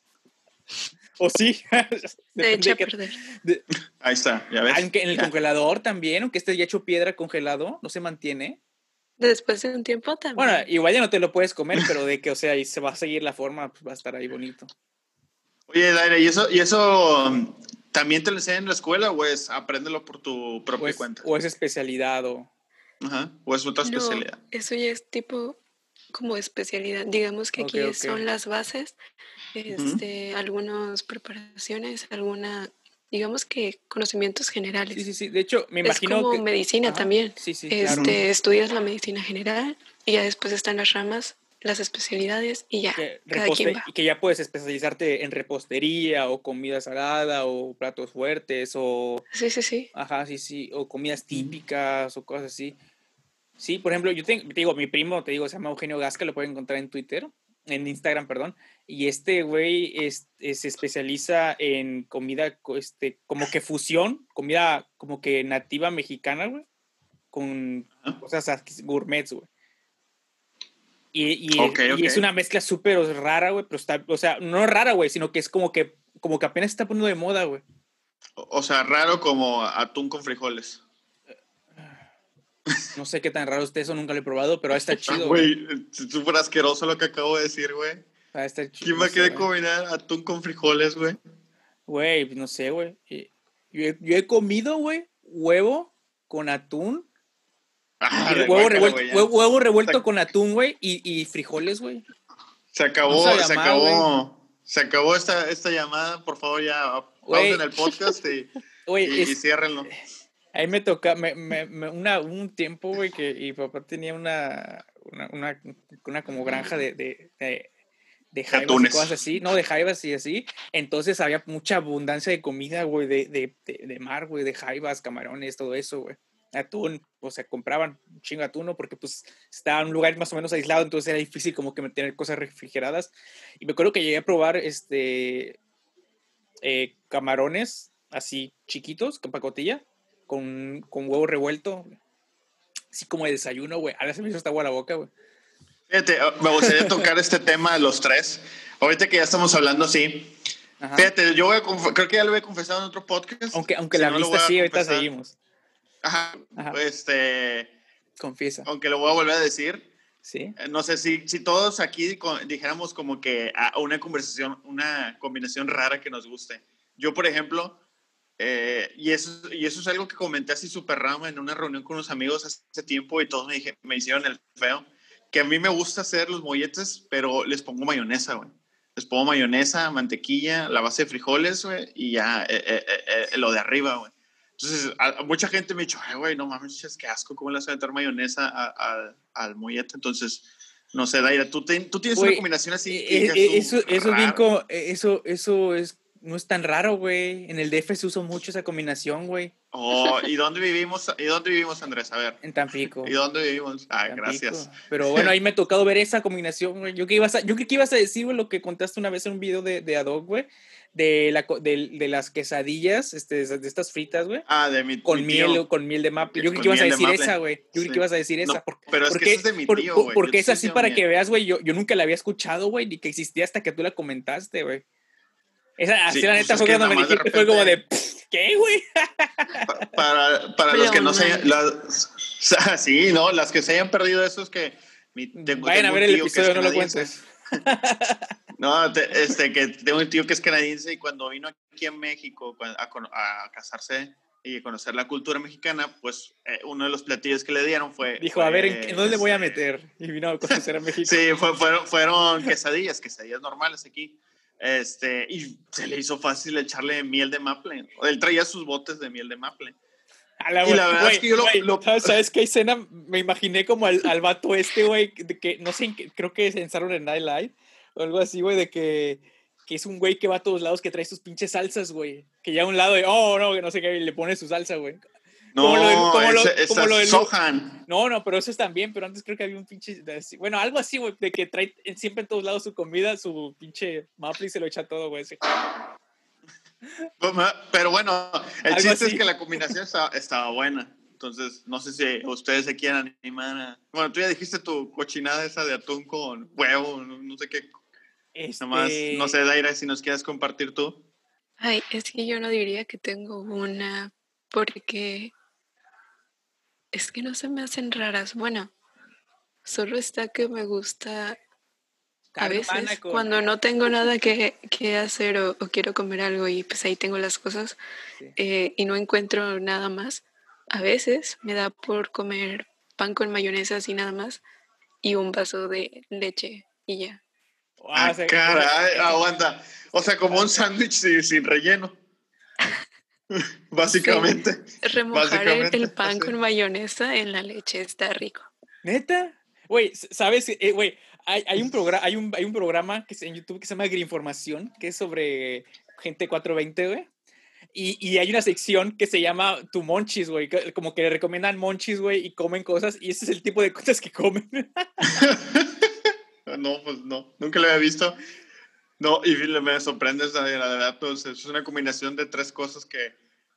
¿O sí? Se echa a perder. De, ahí está, ya ves. Aunque en el ya. congelador también, aunque esté ya hecho piedra congelado, no se mantiene. Después de un tiempo también. Bueno, igual ya no te lo puedes comer, pero de que, o sea, ahí se va a seguir la forma, pues va a estar ahí bonito. Oye, Daira, ¿y eso, y eso um, también te lo enseñan en la escuela o es apréndelo por tu propia o es, cuenta? O es especialidad o... Ajá, o es otra no, especialidad. Eso ya es tipo como especialidad. Digamos que Okay, aquí okay. son las bases, este, uh-huh. algunas preparaciones, alguna, digamos que conocimientos generales. Sí, sí, sí. De hecho, me imagino es como que... medicina Ajá. también. Sí, sí, este, claro. Estudias la medicina general y ya después están las ramas, las especialidades y ya, que cada reposte- quien va. Y que ya puedes especializarte en repostería o comida salada o platos fuertes o... Sí, sí, sí. Ajá, sí, sí. O comidas típicas mm. o cosas así. Sí, por ejemplo, yo te, te digo, mi primo, te digo, se llama Eugenio Gasca, lo pueden encontrar en Twitter, en Instagram, perdón, y este güey es, es, se especializa en comida, este, como que fusión, comida como que nativa mexicana, güey, con ¿Ah? cosas gourmets, güey. Y, y, okay, y okay. es una mezcla súper rara, güey, pero está, o sea, no rara, güey, sino que es como que, como que apenas se está poniendo de moda, güey. O, o sea, raro como atún con frijoles. No sé qué tan raro esté eso, nunca lo he probado, pero está chido, güey. Es súper asqueroso lo que acabo de decir, güey. Ah, está chido. ¿Quién va a querer combinar atún con frijoles, güey? Güey, no sé, güey. Yo he, yo he comido, güey, huevo con atún. Ah, huevo, guácala, revuelto, güey, huevo, huevo revuelto se, con atún, güey, y, y frijoles, güey. Se acabó, no se mal, acabó, wey. se acabó esta, esta llamada. Por favor, ya pausen el podcast y, wey, y, es, y ciérrenlo. Ahí me toca, me, me, me, una, un tiempo, güey, que mi papá tenía una, una, una, una como granja de, de, de, de jaivas y cosas así, no, de jaivas y así, entonces había mucha abundancia de comida, güey, de, de, de, de mar, güey, de jaivas, camarones, todo eso, güey, atún, o sea, compraban un chingo de atún, ¿no? Porque pues estaba en un lugar más o menos aislado, entonces era difícil como que tener cosas refrigeradas, y me acuerdo que llegué a probar, este, eh, camarones así chiquitos, con pacotilla, Con, con huevo revuelto, así como de desayuno, güey. Ahora se me hizo hasta agua la boca, güey. Fíjate, me gustaría tocar este tema de los tres. Ahorita que ya estamos hablando así. Ajá. Fíjate, yo voy a conf- creo que ya lo había confesado en otro podcast. Aunque, aunque si la no lista sí, ahorita seguimos. Ajá. Ajá. Este. Confiesa. Aunque lo voy a volver a decir. Sí. No sé si, si todos aquí dijéramos como que a una conversación, una combinación rara que nos guste. Yo, por ejemplo. Eh, y, eso, y eso es algo que comenté así súper rama en una reunión con unos amigos hace tiempo y todos me, dije, me hicieron el feo, que a mí me gusta hacer los molletes, pero les pongo mayonesa, güey. Les pongo mayonesa, mantequilla, la base de frijoles, güey, y ya eh, eh, eh, lo de arriba, güey. Entonces, a, a mucha gente me ha dicho, ay, güey, no mames, es que asco, ¿cómo le vas a meter mayonesa a, a, al mollete? Entonces, no sé, Daira, ¿tú, te, tú tienes wey, una combinación así? Eh, eh, eso, eso es bien como, eso, eso es no es tan raro, güey. En el D F se usa mucho esa combinación, güey. Oh, ¿y dónde vivimos? ¿Y dónde vivimos, Andrés? A ver. En Tampico. ¿Y dónde vivimos? Ah, Tampico. Gracias. Pero bueno, ahí me ha tocado ver esa combinación, güey. Yo, que ibas a, yo creí que ibas a decir, güey, lo que contaste una vez en un video de, de Adobe, güey. De, la, de, de las quesadillas, este, de estas fritas, güey. Ah, de mi, con mi miel tío. Con miel de maple. Yo creí que ibas a decir esa, güey. Yo creí sí. que ibas a decir esa. No, por, pero es porque, que eso es de mi tío, güey. Por, porque es así para que veas, güey. Yo, yo nunca la había escuchado, güey, ni que existía hasta que tú la comentaste, güey. Esa, así sí, la neta pues fue cuando me dijiste, repente, fue como de, ¿qué, güey? Para, para los que no se hayan, las, sí, ¿no? Las que se hayan perdido eso es que mi, tengo, vayan tengo a ver el episodio, no lo cuentes. No, te, este, que tengo un tío que es canadiense y cuando vino aquí en México a, a, a casarse, y conocer la cultura mexicana, pues eh, uno de los platillos que le dieron fue... Dijo, fue, a ver, ¿en dónde voy a meter? Y vino a conocer a México. Sí, fue, fueron, fueron quesadillas, quesadillas normales aquí. Este, y se le hizo fácil echarle miel de maple. Él traía sus botes de miel de maple. A la, y la verdad wey, es que yo wey, lo... lo... ¿Sabes, ¿Sabes qué escena? Me imaginé como al, al vato este, güey, que no sé, creo que es en Saturday Night Live o algo así, güey, de que, que es un güey que va a todos lados que trae sus pinches salsas, güey. Que ya a un lado de, oh, no, que no sé qué, y le pone su salsa, güey. No, como lo de, como ese, lo, como lo de Sohan. No, no, pero eso es también, pero antes creo que había un pinche, bueno, algo así, güey, de que trae siempre en todos lados su comida, su pinche maple y se lo echa todo, güey. Pero bueno, el algo chiste así. es que la combinación estaba, estaba buena. Entonces, no sé si ustedes se quieran animar a... Bueno, tú ya dijiste tu cochinada esa de atún con huevo, no, no sé qué. Este... Nomás, no sé, Daira, si nos quieres compartir tú. Ay, es que yo no diría que tengo una, porque es que no se me hacen raras. Bueno, solo está que me gusta a veces con... cuando no tengo nada que, que hacer o, o quiero comer algo y pues ahí tengo las cosas sí. eh, y no encuentro nada más. A veces me da por comer pan con mayonesa así nada más y un vaso de leche y ya. Wow, ah, o sea, caray, ese, aguanta. O sea, como un sándwich sin, sin relleno. Básicamente. Sí, remojar Básicamente, el, el pan así. Con mayonesa en la leche está rico. ¿Neta? Güey, ¿sabes? Güey, eh, hay, hay, un hay, un, hay un programa que es en YouTube que se llama Greenformación, que es sobre gente cuatrocientos veinte, güey. Y, y hay una sección que se llama Tu Monchis, güey. Como que le recomiendan monchis, güey, y comen cosas. Y ese es el tipo de cosas que comen. No, pues no. Nunca lo había visto. No, y me sorprende esa de la verdad. Pues, es una combinación de tres cosas que,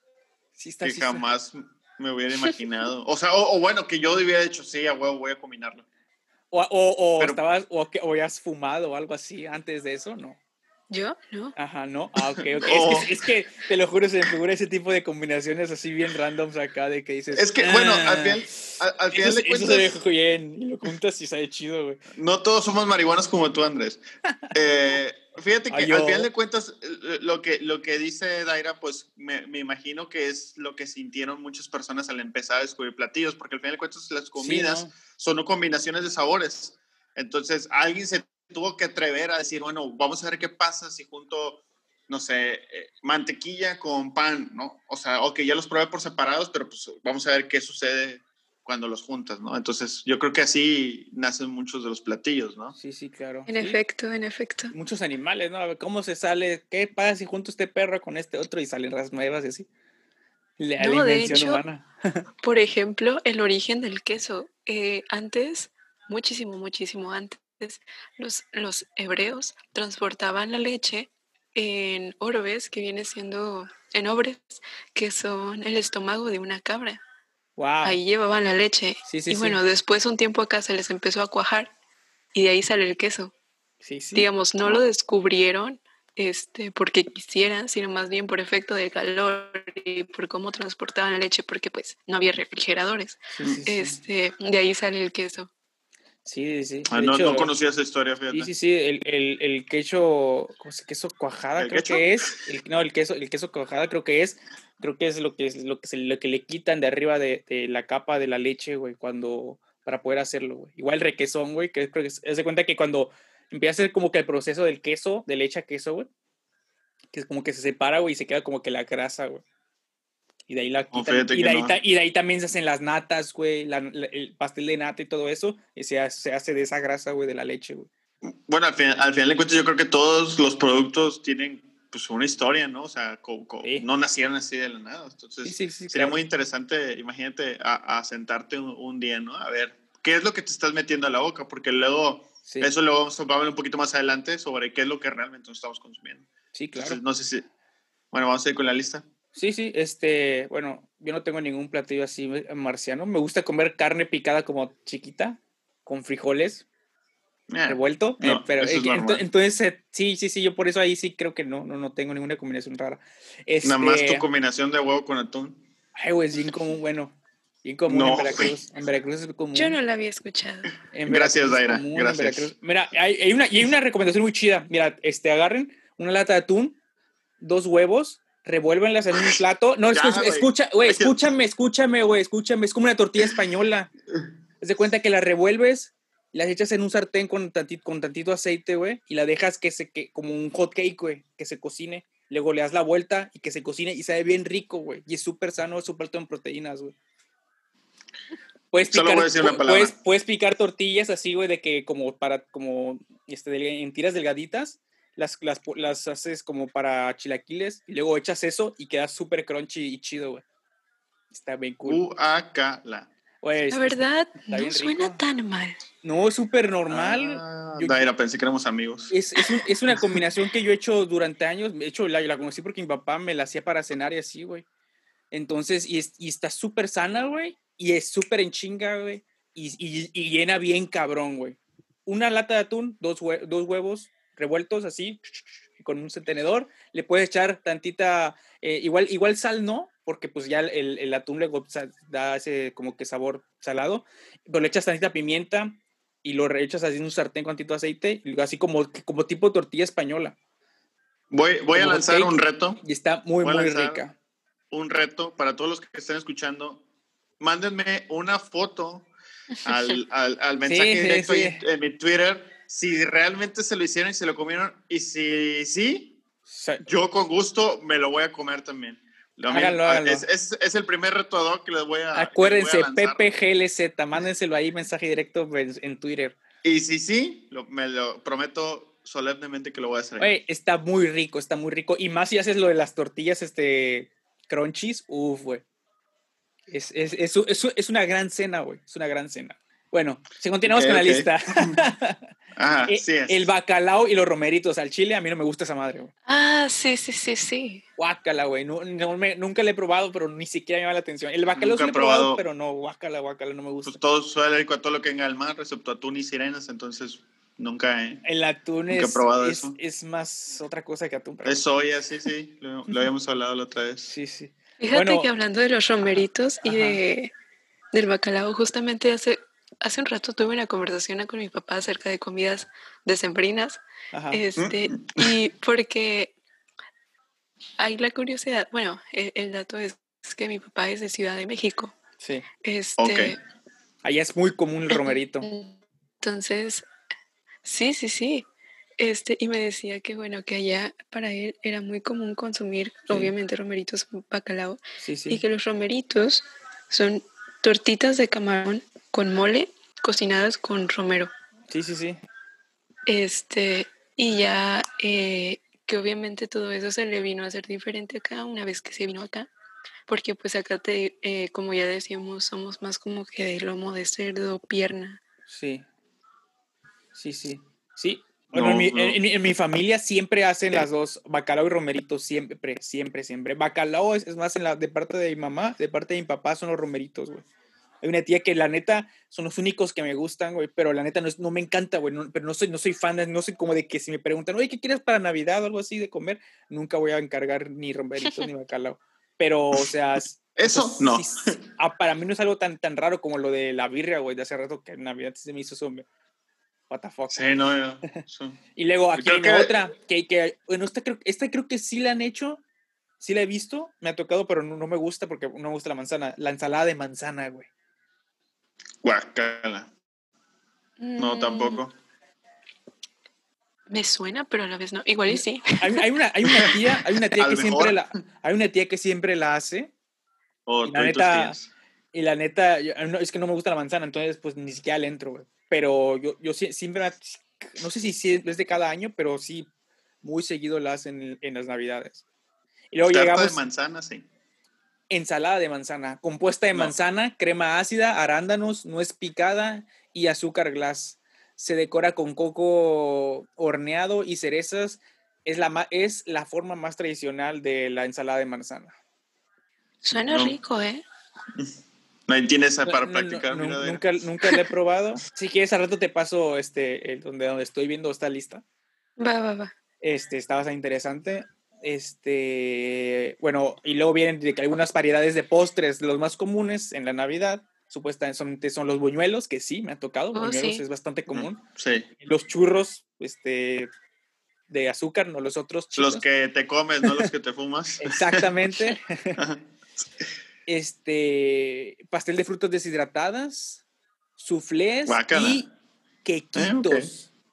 sí está, que sí jamás está. me hubiera imaginado. O sea, o, o bueno, que yo hubiera dicho, sí, a huevo, voy a combinarlo. O, o, o Pero, estabas, o, que, o habías fumado o algo así antes de eso, ¿no? ¿Yo? ¿No? Ajá, no. Ah, ok, ok. Oh. Es, que, es que, te lo juro, se me figura ese tipo de combinaciones así bien randoms acá de que dices... Es que, ah, bueno, al final, al, al final eso, de cuentas... Eso se ve bien, y lo juntas y sale chido, güey. No todos somos marihuanos como tú, Andrés. Eh, fíjate que Ay, al final de cuentas, lo que, lo que dice Daira, pues me, me imagino que es lo que sintieron muchas personas al empezar a descubrir platillos, porque al final de cuentas las comidas sí, ¿no? son combinaciones de sabores. Entonces, alguien se tuvo que atrever a decir, bueno, vamos a ver qué pasa si junto, no sé, eh, mantequilla con pan, ¿no? O sea, ok, ya los probé por separados, pero pues vamos a ver qué sucede cuando los juntas, ¿no? Entonces, yo creo que así nacen muchos de los platillos, ¿no? Sí, sí, claro. En ¿sí? efecto, en efecto. Muchos animales, ¿no? A ver, ¿cómo se sale? ¿Qué pasa si junto este perro con este otro y salen razas nuevas y así? La, no, la de invención hecho, humana. Por ejemplo, el origen del queso. Eh, antes, muchísimo, muchísimo antes, los, los hebreos transportaban la leche en orbes, que viene siendo en obres, que son el estómago de una cabra. Wow. Ahí llevaban la leche. Sí, sí, y bueno, sí. después un tiempo acá se les empezó a cuajar y de ahí sale el queso. Sí, sí. Digamos, no lo descubrieron este, porque quisieran, sino más bien por efecto del calor y por cómo transportaban la leche, porque pues no había refrigeradores. Sí, sí, sí. Este, de ahí sale el queso. Sí, sí. Ah, no, hecho, no conocía esa historia, fíjate. Sí, sí, sí. El, el, el queso, ¿cómo se queso cuajada? ¿El creo quecho? que es. El, no, el queso, el queso cuajada creo que es. Creo que es lo que es lo que, se, lo que le quitan de arriba de, de la capa de la leche, güey, cuando para poder hacerlo, güey. Igual el requesón, güey, que creo que se hace cuenta que cuando empieza a hacer como que el proceso del queso, de leche a queso, güey, que es como que se separa, güey, y se queda como que la grasa, güey. Y de ahí la quitan. Oh, y, de ahí, no. y de ahí también se hacen las natas, güey, la, la, el pastel de nata y todo eso, y se hace, se hace de esa grasa, güey, de la leche, güey. Bueno, al final, al final de cuentas yo creo que todos los productos tienen pues una historia, ¿no? O sea, co, co, sí. no nacieron así de la nada. Entonces, sí, sí, sí, sería claro. muy interesante, imagínate, a, a sentarte un, un día, ¿no? A ver, ¿qué es lo que te estás metiendo a la boca? Porque luego, sí. eso lo vamos a hablar un poquito más adelante sobre qué es lo que realmente nos estamos consumiendo. Sí, claro. Entonces, no sé si... Bueno, vamos a ir con la lista. Sí, sí, este, bueno, yo no tengo ningún platillo así marciano. Me gusta comer carne picada como chiquita, con frijoles, eh, revuelto. No, eh, pero eso es eh, normal. entonces, eh, sí, sí, sí, yo por eso ahí sí creo que no, no, no tengo ninguna combinación rara. Este, Nada más tu combinación de huevo con atún. Ay, güey, es bien común, bueno, bien común no, en Veracruz. En Veracruz es común. Yo no la había escuchado. En Gracias, Daira. Es común, Gracias. En Veracruz. Mira, hay, hay, una, y hay una recomendación muy chida. Mira, este, agarren una lata de atún, dos huevos, revuélvenlas en un plato. No, Ya, escucha, güey. escucha, güey, escúchame, escúchame, güey, escúchame. Es como una tortilla española. Haz de cuenta que la revuelves, las echas en un sartén con tantito, con tantito aceite, güey, y la dejas que se, que, como un hot cake, güey, que se cocine. Luego le das la vuelta y que se cocine y sabe bien rico, güey. Y es súper sano, es súper alto en proteínas, güey. Puedes Solo picar, voy a decir una palabra. puedes, puedes picar tortillas así, güey, de que como para, como, este, de- en tiras delgaditas, las, las, las haces como para chilaquiles, y luego echas eso y queda súper crunchy y chido, güey. Está bien cool. Guacala. Güey, La es- verdad, está no bien suena rico. tan mal. No, es súper normal. Ah, Yo- Daira, pensé que éramos amigos. es, es, un- es una combinación que yo he hecho durante años. De hecho, la, la conocí porque mi papá me la hacía para cenar y así, güey. Entonces, y, es, y está súper sana, güey. Y es súper en chinga, güey. Y, y, y llena bien cabrón, güey. Una lata de atún, dos, hue- dos huevos revueltos así, con un tenedor. Le puedes echar tantita, eh, igual, igual sal no, porque pues ya el, el atún le da ese como que sabor salado. Pero le echas tantita pimienta y lo echas así en un sartén con tantito aceite, y así como, como tipo tortilla española. Voy, voy a Como hot lanzar cake, un reto. y está muy, Voy a muy lanzar rica. un reto para todos los que estén escuchando. Mándenme una foto al, al, al mensaje Sí, sí, directo sí. ahí en, en mi Twitter si realmente se lo hicieron y se lo comieron. Y si sí, Sa- yo con gusto me lo voy a comer también. También, Háganlo, ah, háganlo. Es, es, es el primer reto ad hoc que les voy a, que les voy a Acuérdense, lanzar. P P G L Z, mándenselo ahí, mensaje directo en, en Twitter. Y si sí, lo, me lo prometo solemnemente que lo voy a hacer. Güey, está muy rico, está muy rico. Y más si haces lo de las tortillas, este, crunchies, uff, güey. Es, es, es, es, es una gran cena, güey. Es una gran cena. Bueno, si continuamos Ok, con la ok. lista. Ajá, Eh, sí es. El bacalao y los romeritos al chile, a mí no me gusta esa madre, güey. Ah, sí, sí, sí, sí. Guácala, güey. No, no me- nunca le he probado, pero ni siquiera me llama la atención. El bacalao Nunca sí lo he he probado, probado. pero no, guácala, guácala, no me gusta. Pues todo suele alérgico a todo lo que venga del mar, excepto atún y sirenas, entonces nunca he, El atún nunca he es, probado es, eso. es más otra cosa que atún. Pero Es soya, sí, sí, lo, lo habíamos hablado la otra vez. sí, sí. Fíjate Bueno, que hablando de los romeritos y ajá. de, del bacalao, justamente hace, hace un rato tuve una conversación con mi papá acerca de comidas decembrinas. Ajá. Este, y porque hay la curiosidad, bueno, el, el dato es que mi papá es de Ciudad de México. Sí. Este, Ok. Allá es muy común el romerito. Entonces, sí, sí, sí. Este, y me decía que bueno, que allá para él era muy común consumir, Sí. obviamente, romeritos con bacalao, Sí, sí. y que los romeritos son tortitas de camarón con mole cocinadas con romero. Sí, sí, sí. Este, y ya eh, que obviamente todo eso se le vino a hacer diferente acá una vez que se vino acá, porque pues acá, te, eh, como ya decíamos, somos más como que de lomo de cerdo, pierna. Sí. Sí, sí. Sí. Bueno, No, en, mi, no. en, en mi familia siempre hacen las dos, bacalao y romeritos, siempre, siempre, siempre. Bacalao es, es más en la, de parte de mi mamá, de parte de mi papá son los romeritos, güey. Hay una tía que la neta son los únicos que me gustan, güey, pero la neta no, es, no me encanta, güey, no, pero no soy, no soy fan, no soy como de que si me preguntan, oye, ¿qué quieres para Navidad o algo así de comer? Nunca voy a encargar ni romeritos ni bacalao. Pero, o sea, Eso, pues, no. sí, ah, para mí no es algo tan, tan raro como lo de la birria, güey, de hace rato que en Navidad se me hizo zombie. What the fuck. Sí, no, no. So, Y luego aquí creo viene que- otra, que, que bueno, esta creo, esta creo que sí la han hecho, sí la he visto, me ha tocado, pero no, no me gusta porque no me gusta la manzana, la ensalada de manzana, güey. Guacala. No, Mm, tampoco. Me suena, pero a la vez no. Igual y sí. Hay, hay una, hay una tía, hay una tía A que lo siempre mejor. la, hay una tía que siempre la hace, O y la tú y tus neta, tías. y la neta, yo- no, es que no me gusta la manzana, entonces pues ni siquiera le entro, güey. Pero yo, yo sí- siempre, no sé si sí es de cada año, pero sí, muy seguido la hacen en, en las Navidades. Y luego Tarta llegamos, de manzana, sí. ensalada de manzana, compuesta de No. manzana, crema ácida, arándanos, nuez picada y azúcar glass. Se decora con coco horneado y cerezas. Es la, ma- es la forma más tradicional de la ensalada de manzana. Suena No. rico, ¿eh? Nadie tiene esa No, para no, practicar, no, mira, Daira. nunca, nunca la he probado. Si quieres, al rato te paso este, el donde, donde estoy viendo esta lista. Va, va, va. Este, está bastante interesante. Este, bueno, y luego vienen de que algunas variedades de postres, los más comunes en la Navidad, supuestamente son los buñuelos, que sí, me ha tocado, Oh, buñuelos sí. es bastante común. Sí. Los churros, este, de azúcar, no los otros chicos. Los que te comes, no los que te fumas. Exactamente. Este, pastel de frutas deshidratadas, soufflés Guácala. y quequitos. Eh, okay.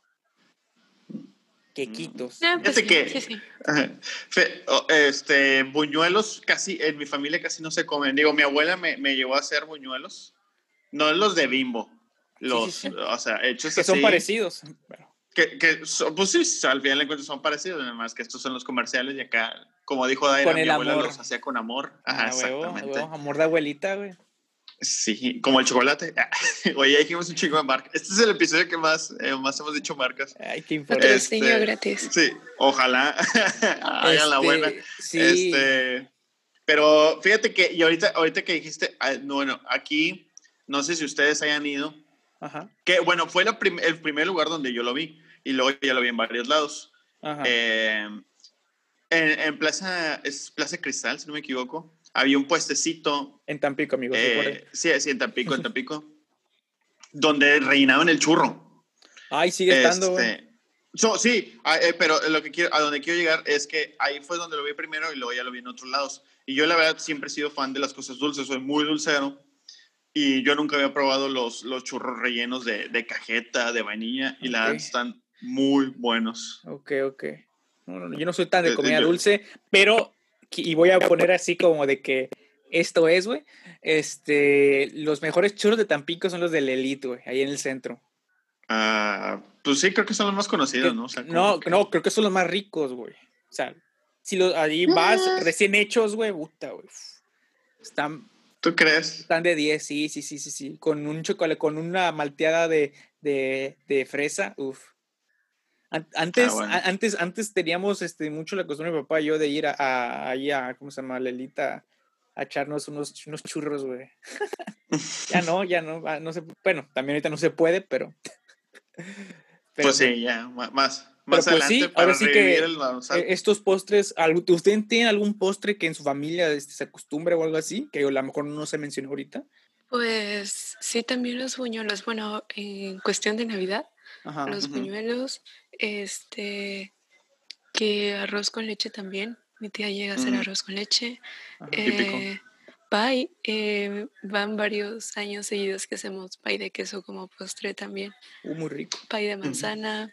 Quequitos. Ah, pues Fíjate sí, que sí, sí. fe- oh, este, buñuelos casi, en mi familia casi no se comen. Digo, mi abuela me, me llevó a hacer buñuelos. No los de Bimbo. Los, Sí, sí, sí. o sea, hechos Que así. son parecidos. Bueno, Que, que son- pues sí, al final de cuentas son parecidos, nada más que estos son los comerciales y acá, como dijo Daira, con mi el abuela amor. los hacía con amor. Ajá, Ah, huevo, exactamente. huevo, amor de abuelita, güey. Sí, como el chocolate. Oye, ya dijimos un chingo de marcas. Este es el episodio que más, eh, más hemos dicho marcas. Ay, qué importante. Patrocinio Este, gratis. Sí, ojalá hagan la buena. Este, sí. Este, pero fíjate que, y ahorita, ahorita que dijiste, ah, no, bueno, aquí, no sé si ustedes hayan ido, Ajá, que bueno, fue la prim- el primer lugar donde yo lo vi, y luego ya lo vi en varios lados. ajá. Eh, en, en Plaza, es Plaza Cristal, si no me equivoco, había un puestecito, En Tampico, amigos, recuerden. eh, sí, sí, en Tampico, en Tampico, donde rellenaban el churro. Ay, sigue estando, güey. Este, so, sí, a, eh, pero lo que quiero, a donde quiero llegar es que ahí fue donde lo vi primero y luego ya lo vi en otros lados. Y yo la verdad siempre he sido fan de las cosas dulces, soy muy dulcero. Y yo nunca había probado los, los churros rellenos de, de cajeta, de vainilla, y la verdad Ok. están muy buenos. Ok, ok. No, no, yo no soy tan de Eh, comida yo- dulce, pero, y voy a poner así como de que esto es, güey, este, los mejores churros de Tampico son los del Elite, güey, ahí en el centro. Ah, pues sí, creo que son los más conocidos, Que- ¿no? O sea, como no, que- no, creo que son los más ricos, güey. O sea, si los, ahí vas Eh. recién hechos, güey, puta, güey. Están, ¿Tú crees? están de diez, sí, sí, sí, sí, sí. Con un chocolate, con una malteada de, de, de fresa, uff. Antes, Ah, bueno. a- antes, antes teníamos este, mucho la costumbre, mi papá y yo, de ir a, a, ahí a, ¿cómo se llama? Lelita, a echarnos unos, unos churros, güey. Ya no, ya no, ah, no se, bueno, también ahorita no se puede, pero... pero Pues sí, ya, ma- más, pero más pues adelante sí, para ahora sí revivir que el danzar. eh, estos postres, algo- ¿ustedes tienen algún postre que en su familia este, se acostumbre o algo así? Que a lo mejor no se mencionó ahorita. Pues sí, también los buñuelos. Bueno, en cuestión de Navidad, Ajá. los Ujú. buñuelos, este, que arroz con leche también. Mi tía llega a hacer Mm. arroz con leche. Ajá. Típico. Eh, pie, eh, van varios años seguidos que hacemos pie de queso como postre también. Uh, muy rico. Pie de manzana.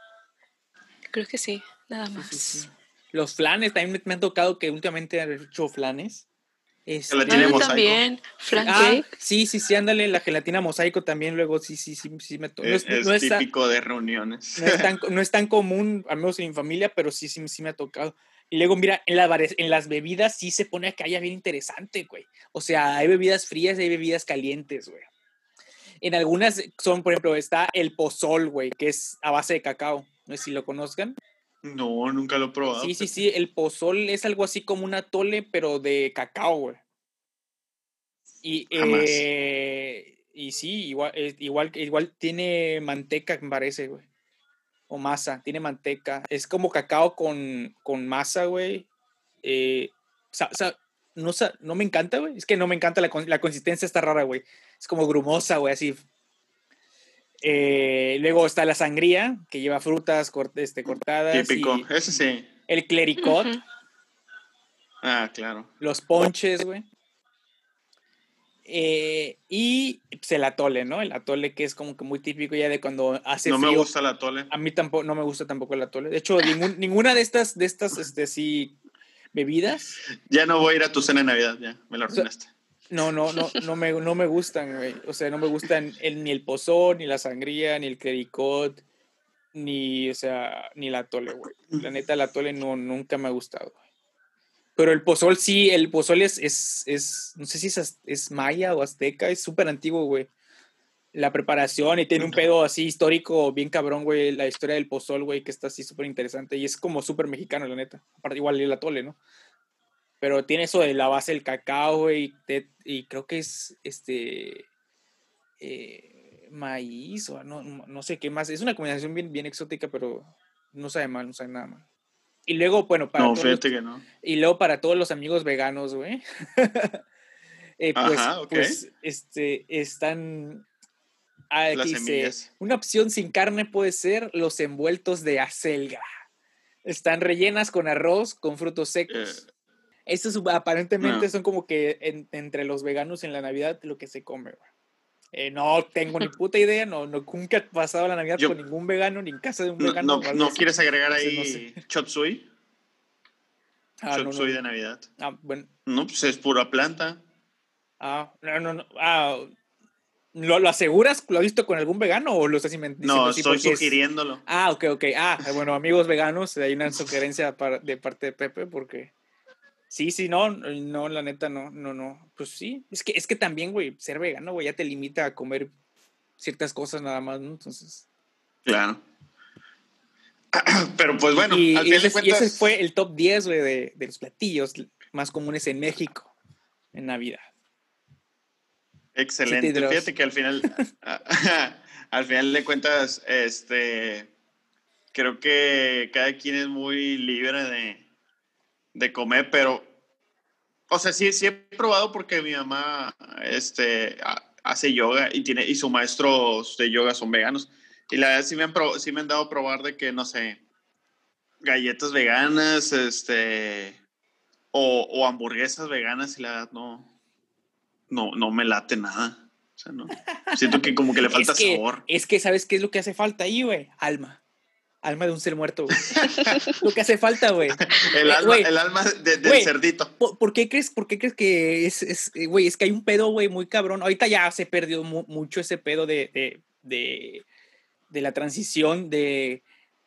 Creo que sí, nada Sí, más. sí, sí. Los flanes, también me, me han tocado que últimamente han hecho flanes. Este, Gelatina Ah, mosaico. también, flan ah, cake. sí, sí, sí, ándale, la gelatina mosaico también luego, sí, sí, sí, sí me tocó. No Es, es, es no es tan- típico de reuniones. no es tan, no es tan común, al menos en mi familia, pero sí, sí, sí me ha tocado. Y luego, mira, en, la, vari- en las bebidas sí se pone acá ya bien interesante, güey. O sea, hay bebidas frías y hay bebidas calientes, güey. En algunas son, por ejemplo, está el pozol, güey, que es a base de cacao. No sé si lo conozcan. No, nunca lo he probado. Sí, sí, fíjate. sí, el pozol es algo así como un atole, pero de cacao, güey. Y, Jamás. eh, y sí, igual, eh, igual, igual tiene manteca, me parece, güey. O masa, tiene manteca. Es como cacao con, con masa, güey. Eh, sa- sa- no, sa- no me encanta, güey. Es que no me encanta la, con- la consistencia, está rara, güey. Es como grumosa, güey, así. Eh, luego está la sangría, que lleva frutas cort- este, cortadas. Típico. Y Ese sí. el clericot, Ujú. Ah, claro. los ponches, güey. Eh, y pues, el atole, ¿no? El atole que es como que muy típico ya de cuando hace No me frío. gusta el atole. A mí tampoco, no me gusta tampoco el atole. De hecho, ningún- ninguna de estas, de estas, este, sí, bebidas, Ya no voy a ir a tu cena de Navidad, ya. Me lo O sea, arruinaste. no, no, no, no me, no me gustan, güey. O sea, no me gustan el, ni el pozol, ni la sangría, ni el clericot, ni, o sea, ni el atole, güey. La neta, el atole no, nunca me ha gustado, güey. Pero el pozol sí, el pozol es, es, es no sé si es, az- es maya o azteca, es súper antiguo, güey. La preparación y tiene un pedo así histórico bien cabrón, güey. La historia del pozol, güey, que está así súper interesante y es como súper mexicano, la neta. Aparte, igual el atole, ¿no? Pero tiene eso de la base del cacao, güey, te- y creo que es este eh, maíz o no, no sé qué más. Es una combinación bien, bien exótica, pero no sabe mal, no sabe nada mal. Y luego, bueno, para No, todos los, fíjate que no. y luego para todos los amigos veganos, güey, eh, pues, Ajá, ok. pues, este, están, ah, Las aquí dice, semillas. una opción sin carne puede ser los envueltos de acelga. están rellenas con arroz, con frutos secos. Eh, Estos aparentemente no. son como que en, entre los veganos en la Navidad lo que se come, güey. Eh, no tengo ni puta idea, no, no nunca he pasado la Navidad Yo, con ningún vegano, ni en casa de un no, vegano. ¿No, no quieres agregar ahí no sé. chop suey? Ah, chop no, suey no. de Navidad. Ah, bueno. No, pues es pura planta. Ah, no, no, no. Ah, ¿lo, ¿Lo aseguras? ¿Lo has visto con algún vegano o lo estás inventando? No, estoy sugiriéndolo. Es... Ah, ok, ok. Ah, bueno, amigos veganos, hay una sugerencia para, de parte de Pepe porque... Sí, sí, no, no, la neta, no, no, no. Pues sí, es que, es que también, güey, ser vegano, güey, ya te limita a comer ciertas cosas nada más, ¿no? Entonces... Claro. Pero pues bueno, y, al y, final ese, de cuentas... y ese fue el top diez, güey, de, de los platillos más comunes en México en Navidad. Excelente. Sí, fíjate que al final, al final de cuentas, este, creo que cada quien es muy libre de, de comer, pero, o sea, sí, sí he probado porque mi mamá, este, hace yoga y tiene y sus maestros de yoga son veganos y la verdad sí me han pro, sí me han dado a probar de que no sé, galletas veganas, este, o, o hamburguesas veganas y la verdad no. No, no me late nada. O sea, no. Siento que como que le falta es que, sabor. Es que, ¿sabes qué es lo que hace falta ahí, güey? Alma. Alma de un ser muerto, güey. Lo que hace falta, güey. El, eh, alma, el alma de, del wey, cerdito. ¿por, ¿por, qué crees, ¿Por qué crees que es, es, güey, es que hay un pedo, güey, muy cabrón? Ahorita ya se perdió mu mucho ese pedo de, de, de, de la transición de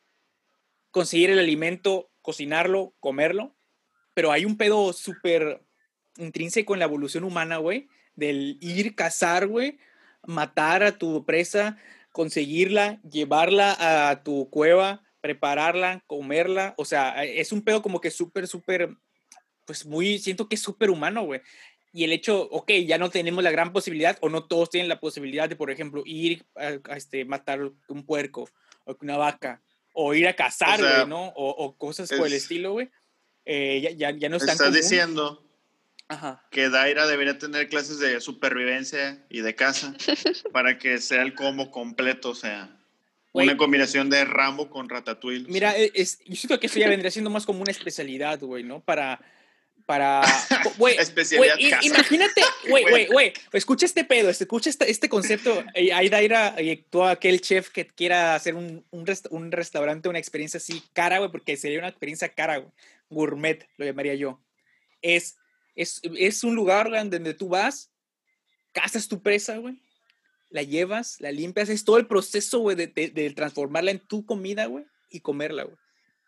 conseguir el alimento, cocinarlo, comerlo. Pero hay un pedo súper intrínseco en la evolución humana, güey, del ir, cazar, güey, matar a tu presa, conseguirla, llevarla a tu cueva, prepararla, comerla. O sea, es un pedo como que súper, súper, pues muy, siento que es súper humano, güey. Y el hecho, ok, ya no tenemos la gran posibilidad, o no todos tienen la posibilidad de, por ejemplo, ir a, a este, matar un puerco, o una vaca, o ir a cazar, güey, o sea, ¿no? O, o cosas es, por el estilo, güey. Eh, ya, ya, ya no es tan Estás común. diciendo Ajá. que Daira debería tener clases de supervivencia y de caza para que sea el combo completo, o sea, wey, una combinación de Rambo con Ratatouille. Mira, o sea. es, yo siento que eso ya vendría siendo más como una especialidad, güey, ¿no? Para... para wey, especialidad wey, casa. Imagínate, güey, güey, güey, escucha este pedo, escucha este, este concepto. Hay Daira y todo aquel chef que quiera hacer un, un, rest, un restaurante, una experiencia así cara, güey, porque sería una experiencia cara, güey. Gourmet, lo llamaría yo. Es, es, es un lugar donde tú vas, cazas tu presa, güey, la llevas, la limpias, es todo el proceso, güey, de, de, de transformarla en tu comida, güey, y comerla, güey.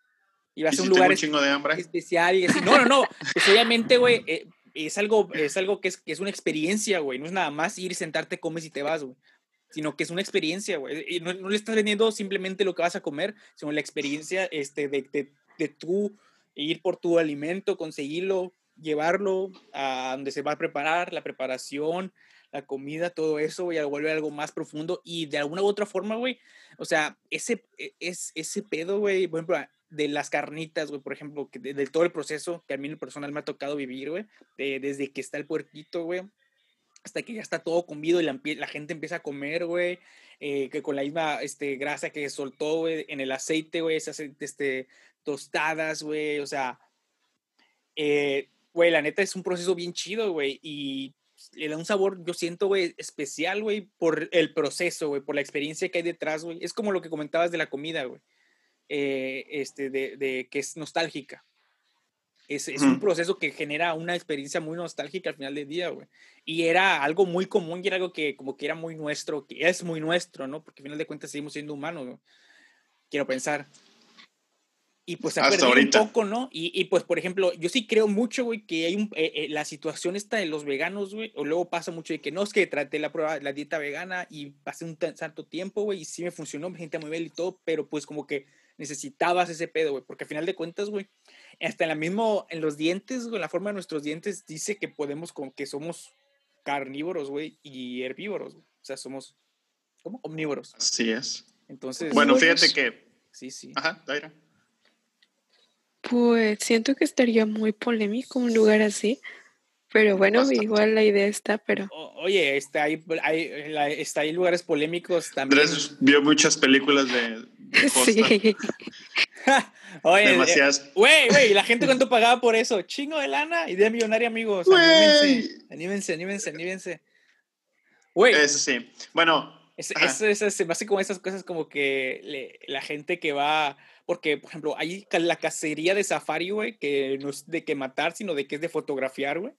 Y vas ¿Y a un si lugar tengo un chingo de hambre? especial y así. No, no, no. Pues obviamente, güey, eh, es algo, es algo que es, que es una experiencia, güey. No es nada más ir, sentarte, comes y te vas, güey. Sino que es una experiencia, güey. Y no, no le estás vendiendo simplemente lo que vas a comer, sino la experiencia este, de, de, de tú ir por tu alimento, conseguirlo, llevarlo a donde se va a preparar, la preparación, la comida, todo eso, güey, a volver algo más profundo y de alguna u otra forma, güey, o sea, ese, es, ese pedo, güey, por ejemplo, de las carnitas, güey, por ejemplo, que de, de todo el proceso que a mí en lo personal me ha tocado vivir, güey, de, desde que está el puerquito, güey, hasta que ya está todo comido y la, la gente empieza a comer, güey, eh, que con la misma este, grasa que soltó, güey, en el aceite, güey, esas este, tostadas, güey, o sea, eh, güey, la neta es un proceso bien chido, güey, y le da un sabor, yo siento, güey, especial, güey, por el proceso, güey, por la experiencia que hay detrás, güey. Es como lo que comentabas de la comida, güey, eh, este, de, de que es nostálgica. Es, es un proceso que genera una experiencia muy nostálgica al final del día, güey. Y era algo muy común y era algo que como que era muy nuestro, que es muy nuestro, ¿no? Porque al final de cuentas seguimos siendo humanos, ¿no? Quiero pensar. Y pues se ha perdido un poco, ¿no? Y, y pues, por ejemplo, yo sí creo mucho, güey, que hay un, eh, eh, la situación esta de los veganos, güey, o luego pasa mucho de que no, es que traté la prueba, la dieta vegana y pasé un tanto tiempo, güey, y sí me funcionó, me sentía muy bien y todo, pero pues como que necesitabas ese pedo, güey, porque al final de cuentas, güey, hasta en la mismo, en los dientes, güey, la forma de nuestros dientes dice que podemos, como que somos carnívoros, güey, y herbívoros, güey. O sea, somos, ¿cómo? Omnívoros. Así es. Entonces. Bueno, fíjate que. Sí, sí. Ajá, Daira. Pues siento que estaría muy polémico un lugar así, pero bueno, bastante. Igual la idea está, pero... O, oye, está ahí, hay, está ahí lugares polémicos también. Andrés vio muchas películas de, Sí. Oye, Demasiadas. güey, güey, la gente cuánto pagaba por eso, chingo de lana, idea millonaria, amigos, Güey. anímense, anímense, anímense, anímense. Güey, Eso sí. Bueno. es, ajá. es, es, es- se me hace como esas cosas como que le- la gente que va, porque, por ejemplo, hay ca- la cacería de safari, güey, que no es de que matar, sino de que es de fotografiar, güey.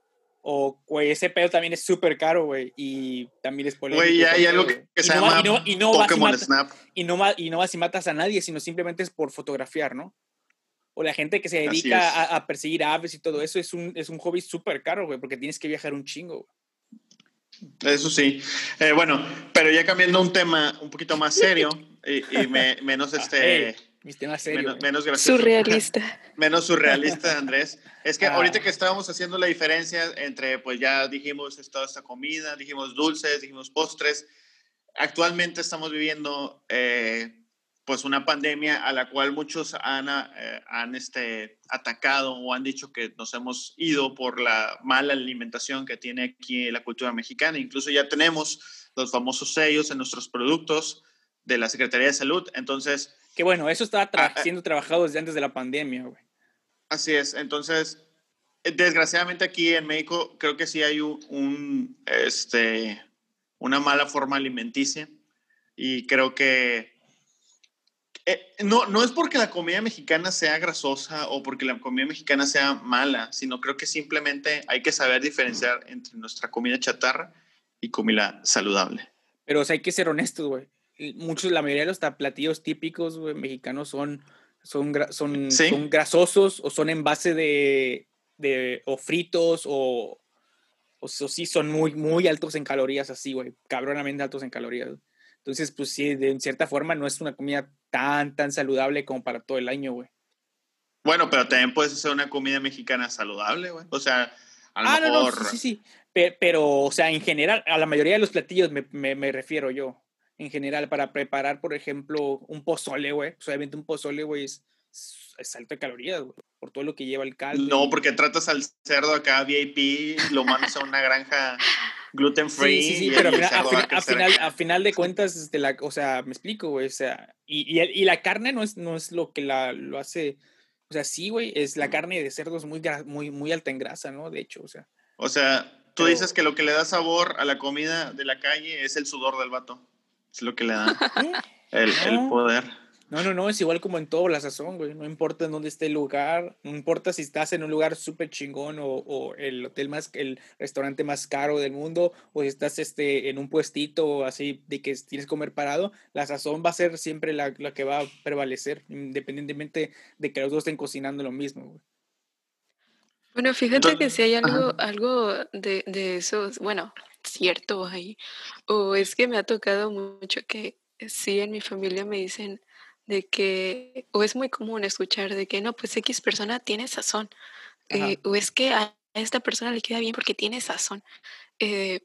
O, güey, ese pedo también es súper caro, güey, y también es Güey, polémico y ya todo hay el algo pedo, que, güey. que Y se no, va- llama y no, y no vas y Pokémon matas, Snap. y no, va- y no vas y matas a nadie, sino simplemente es por fotografiar, ¿no? O la gente que se Así dedica es. a, a perseguir aves y todo eso es un, es un hobby súper caro, güey, porque tienes que viajar un chingo, güey. Eso sí. Eh, bueno, pero ya cambiando a un tema un poquito más serio y, y me- menos Ah, este hey, mis temas serios, menos, güey. menos gracioso. Surrealista. Menos surrealista, Andrés. Es que Ah. ahorita que estábamos haciendo la diferencia entre, pues ya dijimos toda esta comida, dijimos dulces, dijimos postres. Actualmente estamos viviendo eh, pues una pandemia a la cual muchos han, eh, han este, atacado o han dicho que nos hemos ido por la mala alimentación que tiene aquí la cultura mexicana. Incluso ya tenemos los famosos sellos en nuestros productos de la Secretaría de Salud. Entonces... Que bueno, eso estaba tra- ah, ah, siendo trabajado desde antes de la pandemia, güey. Así es, entonces, desgraciadamente aquí en México creo que sí hay un, un, este, una mala forma alimenticia y creo que eh, no, no es porque la comida mexicana sea grasosa o porque la comida mexicana sea mala, sino creo que simplemente hay que saber diferenciar entre nuestra comida chatarra y comida saludable. Pero, o sea, hay que ser honestos, güey. Muchos, la mayoría de los platillos típicos, güey, mexicanos son, son, gra- son, ¿Sí? son grasosos o son en base de, de o fritos o, o, so- sí son muy, muy altos en calorías, así, güey, cabronamente altos en calorías, güey. Entonces, pues sí, de en cierta forma no es una comida tan, tan saludable como para todo el año, güey. Bueno, pero también puedes hacer una comida mexicana saludable, güey. O sea, a lo Ah, no, no, mejor... sí, sí, sí. Pe- Pero, o sea, en general, a la mayoría de los platillos me, me, me refiero yo. En general, para preparar, por ejemplo, un pozole, güey. Pues, obviamente un pozole, güey, es, es alto de calorías, güey. Por todo lo que lleva el caldo. No, Y... porque tratas al cerdo acá V I P, lo mandas a una granja gluten free Sí, sí, sí, y, pero y a el final, a cerdo va final, a a crecer final, acá. a final de cuentas, este, la, o sea, me explico, güey. O sea, y, y, y la carne no es, no es lo que la, lo hace. O sea, sí, güey, es la carne de cerdo es muy, gra- muy, muy alta en grasa, ¿no? De hecho, o sea. O sea, tú Pero, dices que lo que le da sabor a la comida de la calle es el sudor del vato. Es lo que le da ¿eh? el, el No. poder. No, no, no, es igual como en todo la sazón, güey. No importa en dónde esté el lugar, no importa si estás en un lugar súper chingón o, o el hotel más, el restaurante más caro del mundo, o si estás este, en un puestito así de que tienes que comer parado, la sazón va a ser siempre la, la que va a prevalecer, independientemente de que los dos estén cocinando lo mismo, güey. Bueno, fíjate Entonces, que si hay algo, ajá. algo de, de eso, bueno, cierto ahí, o es que me ha tocado mucho que sí en mi familia me dicen de que, o es muy común escuchar de que no, pues X persona tiene sazón, eh, Ajá. o es que a esta persona le queda bien porque tiene sazón. Eh,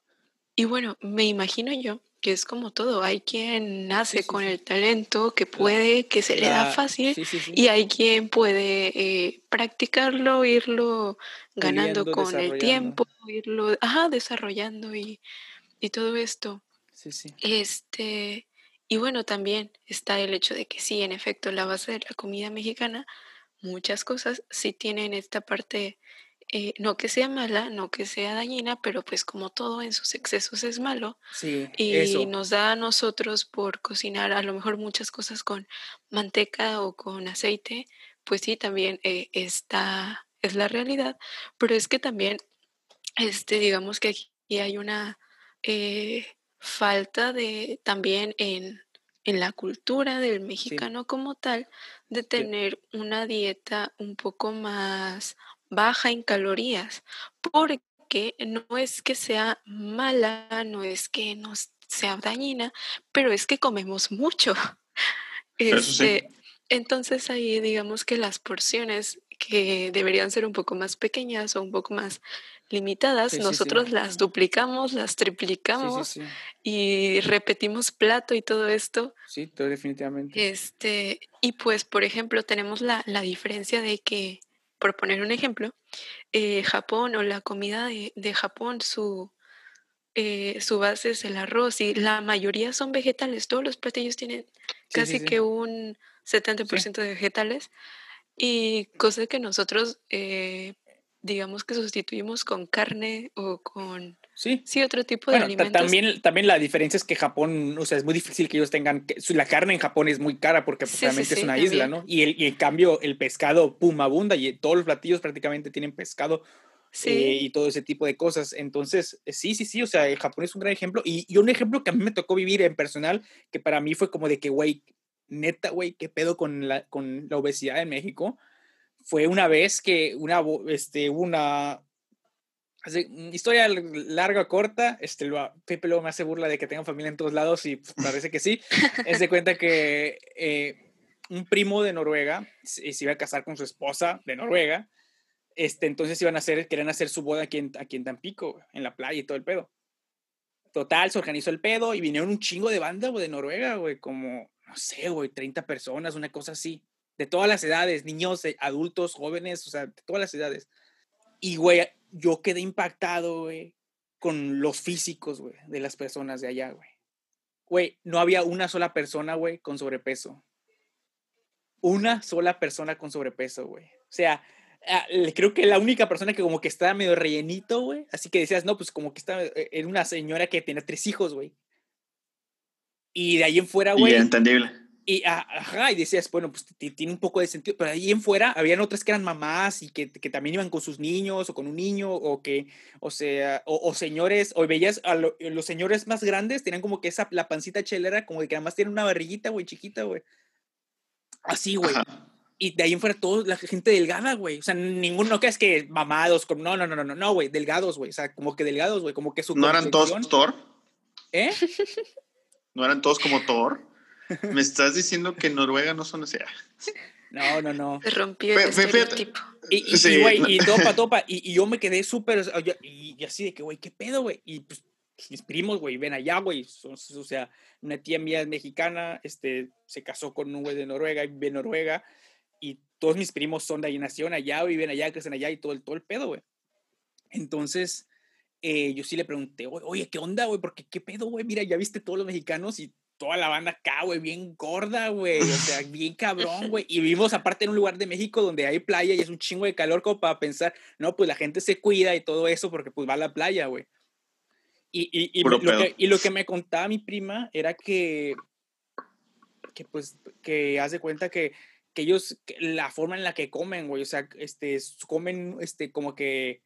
y bueno, me imagino yo que es como todo, hay quien Sí, nace sí, con sí. el talento, que La, puede, que se le da la, fácil, sí, sí, sí. y hay quien puede eh, practicarlo, irlo ganando Puliendo, con el desarrollando. tiempo, irlo, ajá, desarrollando y, y todo esto. Sí, sí. Este, y bueno, también está el hecho de que sí, en efecto, la base de la comida mexicana, muchas cosas sí tienen esta parte, eh, no que sea mala, no que sea dañina, pero pues como todo en sus excesos es malo Sí, y eso. nos da a nosotros por cocinar a lo mejor muchas cosas con manteca o con aceite, pues sí, también eh, esta es la realidad, pero es que también, este, digamos que aquí hay una eh, falta de también en, en la cultura del Sí. mexicano como tal, de Sí. tener una dieta un poco más baja en calorías, porque no es que sea mala, no es que nos sea dañina, pero es que comemos mucho. Eso sí. Este, entonces ahí digamos que las porciones que deberían ser un poco más pequeñas o un poco más limitadas, Sí, sí, sí. nosotros las duplicamos, las Sí, sí, triplicamos sí. y repetimos plato y todo esto. Sí, todo definitivamente. Este, y pues, por ejemplo, tenemos la, la diferencia de que, por poner un ejemplo, eh, Japón o la comida de, de Japón, su, eh, su base es el arroz y la mayoría son vegetales. Todos los platillos tienen Sí, casi sí, sí. que un setenta por ciento Sí. de vegetales, y cosa que nosotros, eh, digamos que sustituimos con carne o con, Sí. sí, otro tipo de Bueno, ta- alimentos. también, también la diferencia es que Japón, o sea, es muy difícil que ellos tengan, que, su- la carne en Japón es muy cara porque pues Sí, sí, realmente es sí, una isla, también. ¿no? Y, el, y en cambio el pescado, pum, abunda y todos los platillos prácticamente tienen pescado eh, Sí, y todo ese tipo de cosas. Entonces, eh, sí, sí, sí, o sea, el Japón es un gran ejemplo y, y un ejemplo que a mí me tocó vivir en personal, que para mí fue como de que, güey, neta, güey, ¿qué pedo con la, con la obesidad en México? Fue una vez que una, bo- este, una, así, mm, historia larga o corta, este, lo, Pepe luego me hace burla de que tengan familia en todos lados y pues, parece que sí. Es de cuenta que eh, un primo de Noruega se, se iba a casar con su esposa de Noruega. Este, entonces iban a hacer, querían hacer su boda aquí en, aquí en Tampico, güey, en la playa y todo el pedo. Total, se organizó el pedo y vinieron un chingo de banda, güey, de Noruega, güey, como, no sé, güey, treinta personas, una cosa así. De todas las edades, niños, eh, adultos, jóvenes, o sea, de todas las edades. Y, güey, yo quedé impactado, güey, con los físicos, güey, de las personas de allá, güey. Güey, no había una sola persona, güey, con sobrepeso. Una sola persona con sobrepeso, güey. O sea, ah, creo que la única persona que como que estaba medio rellenito, güey. Así que decías, no, pues como que estaba, eh, era una señora que tenía tres hijos, güey. Y de ahí en fuera, Y güey, entendible. y, ah, ajá, y decías, bueno, pues tiene un poco de sentido, pero ahí en fuera habían otras que eran mamás y que, que también iban con sus niños o con un niño o que, o sea, o, o señores, o veías a lo, los señores más grandes tenían como que esa, la pancita chelera, como de que además tienen una barriguita, güey, chiquita, güey. Así, güey. Ajá. Y de ahí en fuera toda la gente delgada, güey. O sea, ninguno, no creas que mamados, con, no, no, no, no, no, no, güey, delgados, güey. O sea, como que delgados, güey, como que su ¿No eran todos complexión, Thor? ¿eh? ¿No eran todos como Thor? ¿Me estás diciendo que en Noruega no son así? No, no, no. se rompió el Fe- fe- fíjate. estereotipo. Y, y, y, Sí, güey, no- y topa, topa. Y, y yo me quedé súper, o sea, yo- y, y así de que, güey, ¿qué pedo, güey? Y pues, pues, mis primos, güey, ven allá, güey. son- O sea, una tía mía es mexicana, este, se casó con un güey de Noruega y vive en Noruega. Y todos mis primos son de ahí, nacieron allá, viven allá, crecen allá y todo el, todo el pedo, güey. Entonces, eh, yo sí le pregunté, oye, ¿qué onda, güey? Porque, ¿qué pedo, güey? Mira, ya viste todos los mexicanos y toda la banda acá, güey, bien gorda, güey. O sea, bien cabrón, güey. Y vivimos aparte en un lugar de México donde hay playa y es un chingo de calor como para pensar, no, pues la gente se cuida y todo eso porque pues va a la playa, güey. Y, y, y, puro lo pedo. que, y lo que me contaba mi prima era que, que pues, que haz de cuenta que, que ellos, que la forma en la que comen, güey, o sea, este, comen, este, como que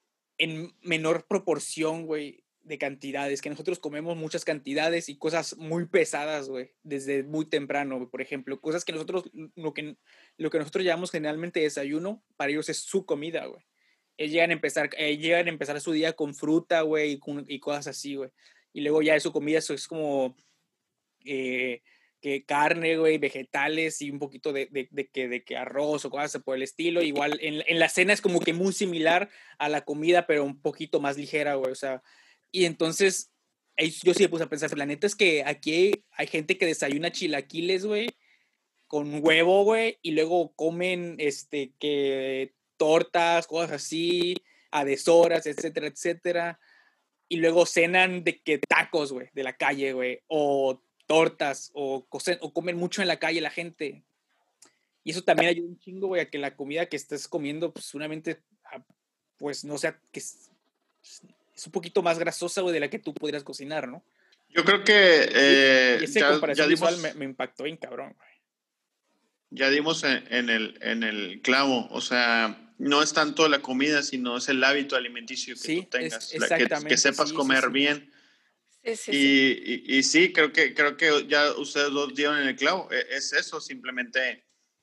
en menor proporción, güey, de cantidades, que nosotros comemos muchas cantidades y cosas muy pesadas, güey, desde muy temprano, güey, por ejemplo, cosas que nosotros, lo que, lo que nosotros llamamos generalmente desayuno, para ellos es su comida, güey. Ellos llegan a empezar, eh, llegan a empezar su día con fruta, güey, y, con, y cosas así, güey. Y luego ya de su comida, eso es como eh, que carne, güey, vegetales y un poquito de, de, de, que, de que arroz o cosas por el estilo. Igual en, en la cena es como que muy similar a la comida, pero un poquito más ligera, güey. O sea, y entonces yo sí me puse a pensar, la neta es que aquí hay gente que desayuna chilaquiles, güey, con huevo, güey, y luego comen, este, que tortas, cosas así, a deshoras, etcétera, etcétera. Y luego cenan de que tacos, güey, de la calle, güey, o tortas, o, o comen mucho en la calle la gente. Y eso también ayuda un chingo, güey, a que la comida que estés comiendo, pues, seguramente, pues, no sea, que es, es un poquito más grasosa, güey, de la que tú podrías cocinar, ¿no? Yo creo que eh, Y esa ya, ya comparación visual me, dimos, me impactó bien cabrón, güey. ya dimos en, en el, en el clavo. O sea, no es tanto la comida, sino es el hábito alimenticio que tú Sí, es, tengas, la, que, que exactamente, sepas sí, sí, comer sí. bien. Sí, sí, Y, sí. y, y sí, creo que, creo que ya ustedes dos dieron en el clavo. E- Es eso, simplemente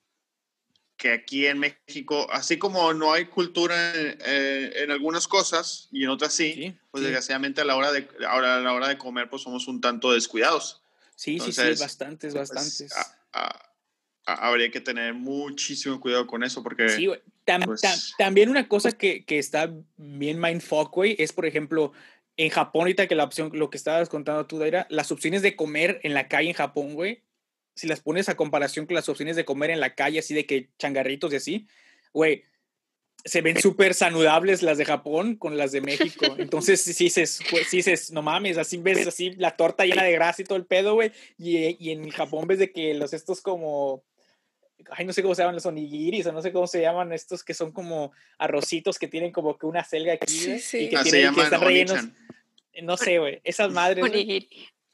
que aquí en México, así como no hay cultura en, eh, en algunas cosas y en otras sí, Sí, pues sí. desgraciadamente a la hora de, ahora a la hora de comer pues somos un tanto descuidados. Sí, sí, sí, Entonces, bastantes, pues bastantes. a, a, a, habría que tener muchísimo cuidado con eso porque Sí, güey. Tam, pues tam, también una cosa que, que está bien mindfuck, güey, es, por ejemplo, en Japón, ahorita que la opción, lo que estabas contando tú, Daira, las opciones de comer en la calle en Japón, güey, si las pones a comparación con las opciones de comer en la calle, así de que changarritos y así, güey, se ven súper saludables las de Japón con las de México. Entonces, sí dices, pues, sí dices, no mames, así ves así la torta llena de grasa y todo el pedo, güey. Y, y en Japón ves de que los estos como, ay, no sé cómo se llaman, los onigiris, o no sé cómo se llaman estos que son como arrocitos que tienen como que una selga aquí, Sí, güey, sí. y que, Ah, se tienen, que llaman están rellenos, onichan. no sé, güey, esas madres, güey. Onigiri.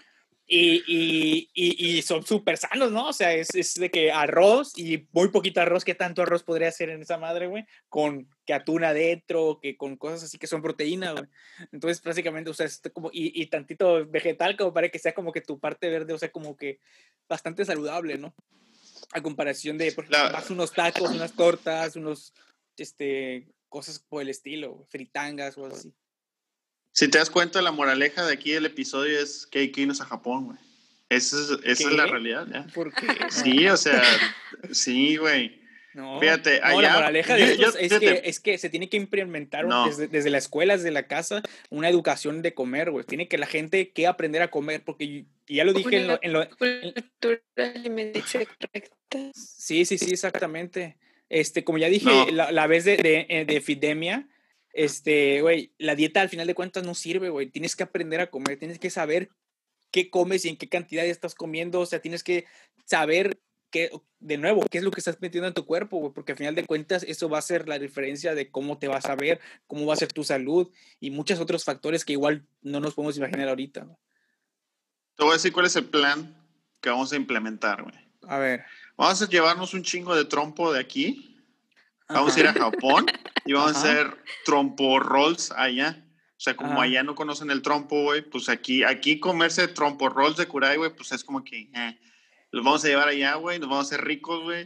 Y, y, y, y son súper sanos, ¿no? O sea, es, es de que arroz y muy poquito arroz. ¿Qué tanto arroz podría hacer en esa madre, güey? Con que atún adentro, que con cosas así que son proteína, güey. Entonces, básicamente, o sea, es como, y, y tantito vegetal como para que sea como que tu parte verde, o sea, como que bastante saludable, ¿no? A comparación de, por ejemplo, La- más unos tacos, unas tortas, unos, este, cosas por el estilo, güey, fritangas o así. Si te das cuenta, la moraleja de aquí del episodio es que hay que irnos a Japón, güey. Esa es, esa es la realidad, ¿ya? ¿Por qué? No. Sí, o sea, sí, güey. No, Fíjate, no, allá, la moraleja de yo- esto yo- es, es fíjate, que, es que se tiene que implementar un- no. desde, desde la escuela, desde la casa, una educación de comer, güey. Tiene que la gente que aprender a comer, porque y- y ya lo dije en Una lo... En lo en- cultura alimenticia correcta. sí, sí, sí, exactamente. Este, como ya dije, No. la, la vez de, de, eh, de epidemia, este, güey, la dieta al final de cuentas no sirve, güey. Tienes que aprender a comer, tienes que saber qué comes y en qué cantidad estás comiendo, o sea, tienes que saber qué, de nuevo, qué es lo que estás metiendo en tu cuerpo, güey, porque al final de cuentas eso va a ser la diferencia de cómo te vas a ver, cómo va a ser tu salud y muchos otros factores que igual no nos podemos imaginar ahorita, güey. Te voy a decir cuál es el plan que vamos a implementar, güey. A ver. Vamos a llevarnos un chingo de trompo de aquí. Vamos a ir a Japón y vamos Ajá. a hacer trompo rolls allá. O sea, como Ajá. allá no conocen el trompo, güey, pues aquí, aquí comerse trompo rolls de Kurai, güey, pues es como que eh, los vamos a llevar allá, güey, nos vamos a hacer ricos, güey.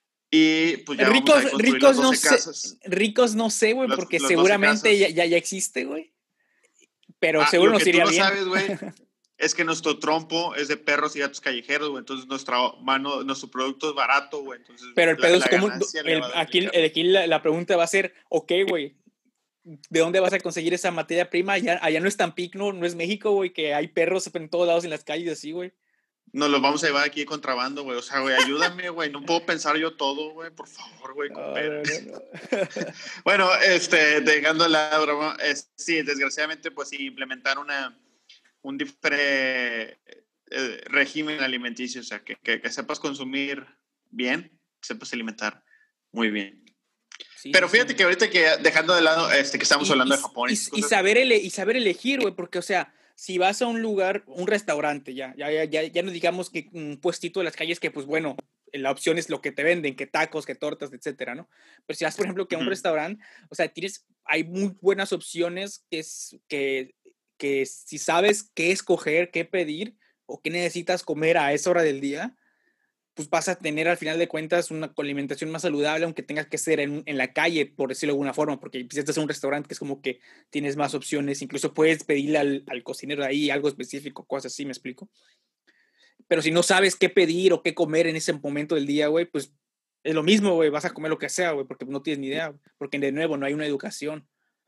Y pues ya ricos, vamos a construir ricos las doce no sé, casas. Ricos no sé, güey, porque las seguramente ya, ya, ya existe, güey. Pero ah, seguro lo nos que iría tú no bien. sabes, güey, es que nuestro trompo es de perros y gatos callejeros, güey. Entonces nuestra mano, nuestro producto es barato, güey. Entonces, pero el pedo es como, el, aquí, aquí la, la pregunta va a ser, ok, güey, ¿de dónde vas a conseguir esa materia prima? Allá, allá no es Tampico, no, no es México, güey, que hay perros en todos lados en las calles así, güey. Nos los vamos a llevar aquí de contrabando, güey. O sea, güey, ayúdame, güey. No puedo pensar yo todo, güey. Por favor, güey, coopera. No, no, no. Bueno, este, dejando la broma, es, sí, desgraciadamente, pues sí, implementar una, un diferente eh, régimen alimenticio. O sea, que, que, que sepas consumir bien, que sepas alimentar muy bien. Sí, pero fíjate sí. que ahorita que dejando de lado este que estamos y, hablando y, de Japón y, y, y, saber ele, y saber elegir, güey, porque, o sea, si vas a un lugar, un restaurante, ya, ya, ya, ya no digamos que un puestito de las calles que, pues, bueno, la opción es lo que te venden, que tacos, que tortas, etcétera, ¿no? Pero si vas, por ejemplo, que a un uh-huh. restaurante, o sea, tienes, hay muy buenas opciones que, es, que, que si sabes qué escoger, qué pedir o qué necesitas comer a esa hora del día, pues vas a tener al final de cuentas una alimentación más saludable, aunque tengas que ser en, en la calle, por decirlo de alguna forma, porque si estás en un restaurante que es como que tienes más opciones, incluso puedes pedirle al, al cocinero de ahí algo específico, cosas así, ¿me explico? Pero si no sabes qué pedir o qué comer en ese momento del día, güey, pues es lo mismo, güey, vas a comer lo que sea, güey, porque no tienes ni idea, porque de nuevo no hay una educación.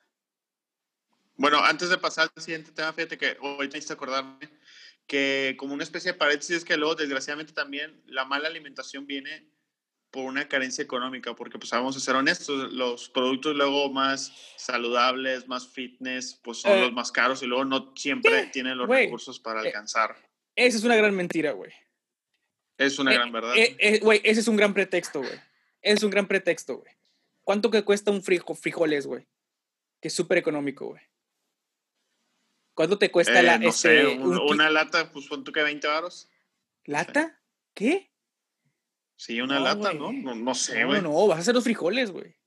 Bueno, antes de pasar al siguiente tema, fíjate que ahorita necesito acordarme que como una especie de paréntesis es que luego desgraciadamente también la mala alimentación viene por una carencia económica, porque pues vamos a ser honestos, los productos luego más saludables, más fitness, pues son eh, los más caros y luego no siempre ¿qué? tienen los wey, recursos para alcanzar. Eh, esa es una gran mentira, güey. Es una eh, gran verdad. Güey, eh, eh, ese es un gran pretexto, güey. Es un gran pretexto, güey. ¿Cuánto que cuesta un frijo, frijoles, güey? Que es súper económico, güey. ¿Cuánto te cuesta eh, la no este, sé, un, un una lata, pues pon tú que veinte varos? ¿Lata? ¿Qué? Sí, una no, lata, ¿no? ¿no? No sé, güey. No, no, vas a hacer los frijoles, güey.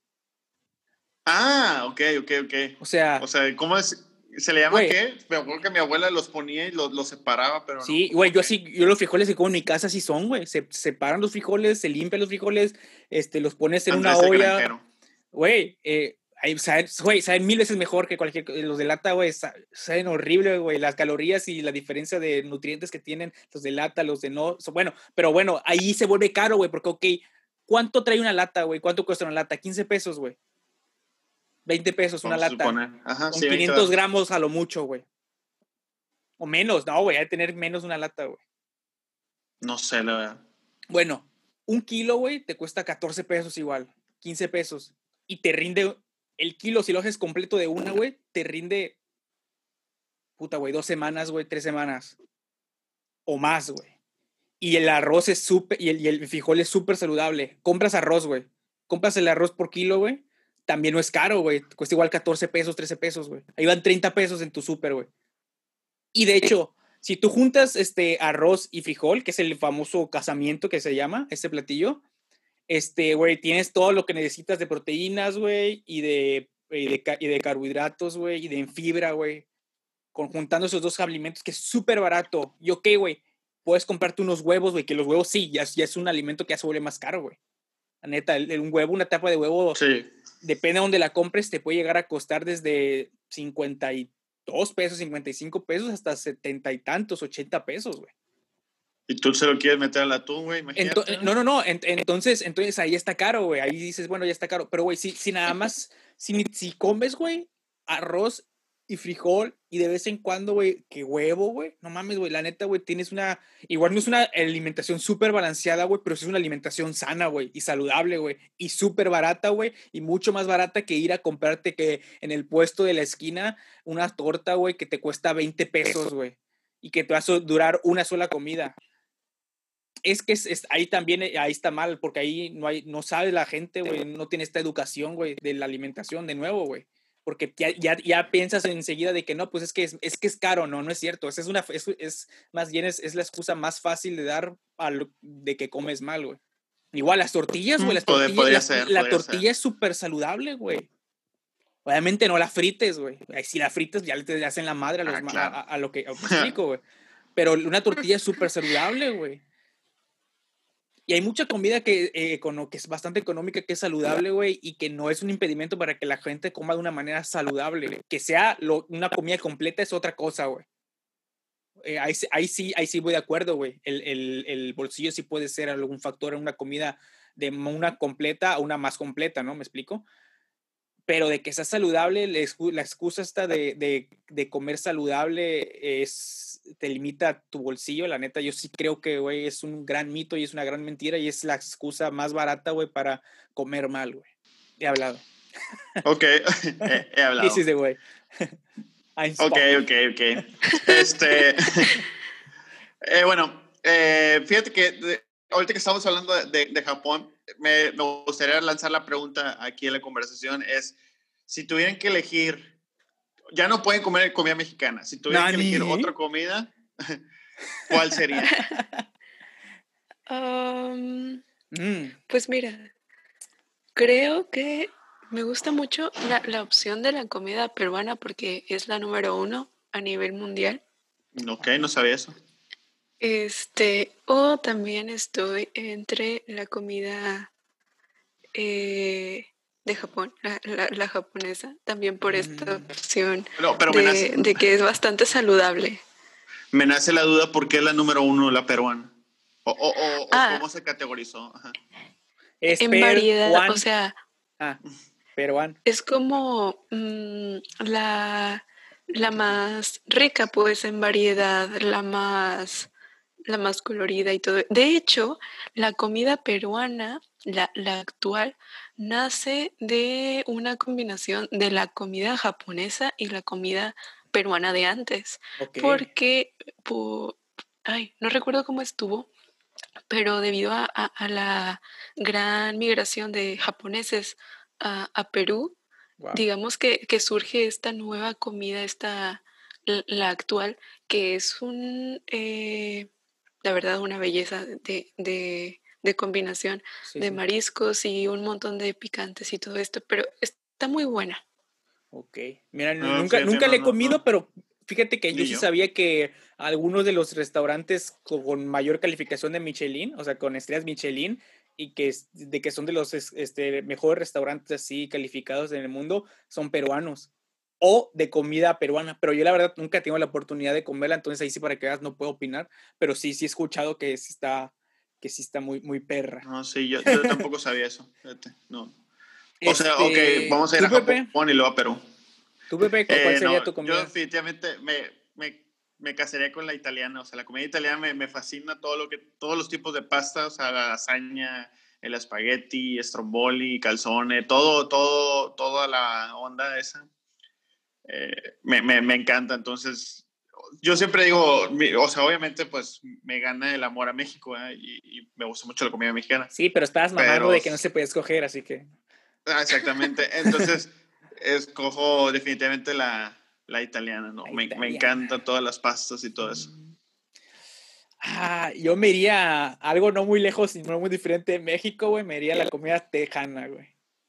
Ah, ok, ok, ok. O sea... O sea, ¿cómo es? ¿Se le llama wey, qué? Me acuerdo que mi abuela los ponía y los, los separaba, pero sí, no. güey, yo así, yo los frijoles que como en mi casa así son, güey. Se separan los frijoles, se limpian los frijoles, este, los pones en Andrés una olla. Güey, eh, güey, saben mil veces mejor que cualquier... Los de lata, güey, saben horrible, güey. Las calorías y la diferencia de nutrientes que tienen los de lata, los de no... Bueno, pero bueno, ahí se vuelve caro, güey, porque, ok, ¿cuánto trae una lata, güey? ¿Cuánto cuesta una lata? quince pesos, güey. veinte pesos una lata. Ajá, con sí, quinientos gramos a lo mucho, güey. O menos, no, güey, hay que tener menos una lata, güey. No sé, la verdad. Bueno, un kilo, güey, te cuesta catorce pesos igual. quince pesos. y te rinde el kilo, si lo haces completo de una, güey, te rinde, puta, güey, dos semanas, güey, tres semanas o más, güey. Y el arroz es súper, y el, y el frijol es súper saludable. Compras arroz, güey. Compras el arroz por kilo, güey. También no es caro, güey. Cuesta igual catorce pesos, trece pesos, güey. Ahí van treinta pesos en tu súper, güey. Y de hecho, si tú juntas este arroz y frijol, que es el famoso casamiento que se llama, este platillo, este, güey, tienes todo lo que necesitas de proteínas, güey, y de, y de, y de carbohidratos, güey, y de fibra, güey. Conjuntando esos dos alimentos que es súper barato. Y ok, güey, puedes comprarte unos huevos, güey, que los huevos sí, ya, ya es un alimento que ya se vuelve más caro, güey. La neta, el, el, un huevo, una tapa de huevo, sí. Depende de dónde la compres, te puede llegar a costar desde cincuenta y dos pesos, cincuenta y cinco pesos, hasta setenta y tantos, ochenta pesos, güey. Y tú se lo quieres meter al atún, güey, imagínate. Ento, no, no, no, Ent, entonces, entonces ahí está caro, güey. Ahí dices, bueno, ya está caro. Pero, güey, si, si nada más, si, si comes, güey, arroz y frijol y de vez en cuando, güey, que huevo, güey, no mames, güey, la neta, güey, tienes una, igual no es una alimentación súper balanceada, güey, pero sí es una alimentación sana, güey, y saludable, güey, y súper barata, güey, y mucho más barata que ir a comprarte que en el puesto de la esquina una torta, güey, que te cuesta veinte pesos, güey, y que te va a durar una sola comida. Es que es, es, ahí también, ahí está mal, porque ahí no hay, no sabe la gente, güey, no tiene esta educación, güey, de la alimentación de nuevo, güey. Porque ya, ya, ya piensas enseguida de que no, pues es que es, es que es caro, no, no es cierto. Esa es una, es, es más bien es, es la excusa más fácil de dar a lo, de que comes mal, güey. Igual las tortillas, güey, las tortillas, podría la, ser, la tortilla ser. Es súper saludable, güey. Obviamente no la frites, güey. Si la frites ya le hacen la madre a, los, ah, claro. a, a, a lo que a lo que explico, güey. Pero una tortilla es súper saludable, güey. Y hay mucha comida que, eh, que es bastante económica, que es saludable, güey, y que no es un impedimento para que la gente coma de una manera saludable. Que sea lo, una comida completa es otra cosa, güey. Eh, ahí, ahí, sí, ahí sí voy de acuerdo, güey. El, el, el bolsillo sí puede ser algún factor en una comida de una completa a una más completa, ¿no? ¿Me explico? Pero de que sea saludable, la excusa esta de, de, de comer saludable es, te limita tu bolsillo. La neta, yo sí creo que, güey, es un gran mito y es una gran mentira y es la excusa más barata, güey, para comer mal, güey. He hablado. Ok, he, he hablado. This is the way. Ok, ok, ok. Este, eh, bueno, eh, fíjate que de, ahorita que estamos hablando de, de, de Japón, me, me gustaría lanzar la pregunta aquí en la conversación, es, si tuvieran que elegir, ya no pueden comer comida mexicana, si tuvieran ¿Nani? que elegir otra comida, ¿cuál sería? Um, mm. Pues mira, creo que me gusta mucho la, la opción de la comida peruana porque es la número uno a nivel mundial. Ok, no sabía eso. Este, o también estoy entre la comida eh, de Japón, la, la, la japonesa, también por esta opción no, pero de, nace, de que es bastante saludable. Me nace la duda por qué es la número uno la peruana. O, o, o, ah, o cómo se categorizó. Ajá. Es en variedad, Juan. O sea, ah, peruano. Es como mmm, la, la más rica, pues, en variedad, la más, la más colorida y todo. De hecho, la comida peruana, la, la actual, nace de una combinación de la comida japonesa y la comida peruana de antes. Okay. Porque, por, ay, no recuerdo cómo estuvo, pero debido a, a, a la gran migración de japoneses a, a Perú, wow. digamos que, que surge esta nueva comida, esta, la, la actual, que es un, eh, la verdad, una belleza de, de, de combinación sí, de sí. mariscos y un montón de picantes y todo esto, pero está muy buena. Ok, mira, no, nunca, fíjate, nunca no, le he comido, no, no. pero fíjate que yo sí yo. sabía que algunos de los restaurantes con mayor calificación de Michelin, o sea, con estrellas Michelin, y que, de que son de los este, mejores restaurantes así calificados en el mundo, son peruanos o de comida peruana, pero yo la verdad nunca tengo la oportunidad de comerla, entonces ahí sí para que veas no puedo opinar, pero sí, sí he escuchado que sí está, que sí está muy, muy perra. No, sí, yo, yo tampoco sabía eso, fíjate, no. O sea, este, ok, vamos a ir a Japón Pepe? y luego a Perú. ¿Tú, Pepe, cuál eh, sería no, tu comida? Yo definitivamente me, me, me casaría con la italiana. O sea, la comida italiana me, me fascina todo lo que, todos los tipos de pasta, o sea, la lasaña, el espagueti, stromboli, calzone, todo, todo, toda la onda esa. Eh, me, me, me encanta, entonces yo siempre digo, mi, o sea, obviamente pues me gana el amor a México, ¿eh? y, y me gusta mucho la comida mexicana. Sí, pero estabas mamando pero, de que no se puede escoger, así que... Ah, exactamente, entonces escojo definitivamente la, la italiana, ¿no? La me, italiana. me encantan todas las pastas y todo eso. Ah, yo me iría a algo no muy lejos y no muy diferente de México, güey, me iría a la comida tejana, güey.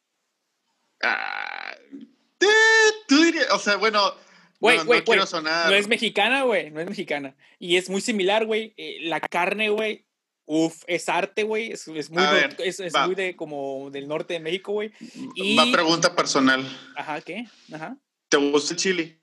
Ah, eh, tú dirías, o sea, bueno, Güey, no, güey, no quiero güey, sonar. no es mexicana, güey, no es mexicana. Y es muy similar, güey. Eh, la carne, güey, uf, es arte, güey. Es, es muy, A no- ver, es, es va, muy de como del norte de México, güey. va Y, pregunta personal. ajá, ¿qué? Ajá. ¿Te gusta el chili?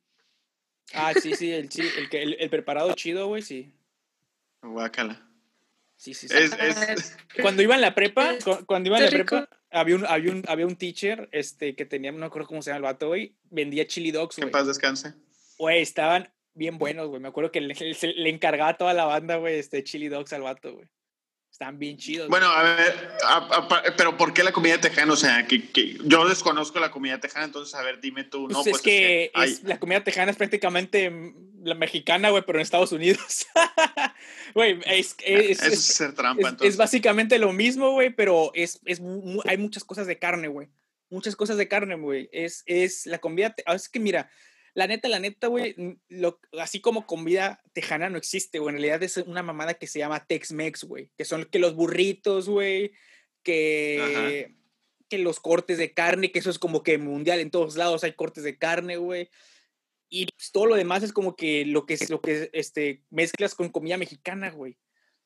Ah, sí, sí, el chile, el, que- el, el preparado chido, güey, sí. Guácala. Sí, sí, sí. Es, es, Cuando iba en la prepa, cu- cuando iba en la Está rico. prepa, había un, había un, había un teacher, este, que tenía, no me acuerdo cómo se llama el vato, güey, vendía chili dogs, que en güey. paz descanse. Güey, estaban bien buenos, güey. Me acuerdo que le, le, le encargaba a toda la banda, güey, este chili dogs al vato, güey. Estaban bien chidos. Bueno, güey. a ver, a, a, pero ¿por qué la comida tejana? O sea, que, que yo desconozco la comida tejana, entonces, a ver, dime tú. Pues No, es pues que es que hay... es, la comida tejana es prácticamente la mexicana, güey, pero en Estados Unidos. Güey, es, es, Eso es es, hacer trampa, es, entonces. es básicamente lo mismo, güey, pero es, es, mu- hay muchas cosas de carne, güey. Muchas cosas de carne, güey. Es, es la comida, te- es que mira, la neta, la neta, güey, lo- así como comida tejana no existe, güey. En realidad es una mamada que se llama Tex-Mex, güey. Que son que los burritos, güey, que, Ajá. que los cortes de carne, que eso es como que mundial, en todos lados hay cortes de carne, güey. Y pues, todo lo demás es como que lo que, lo que este, mezclas con comida mexicana, güey.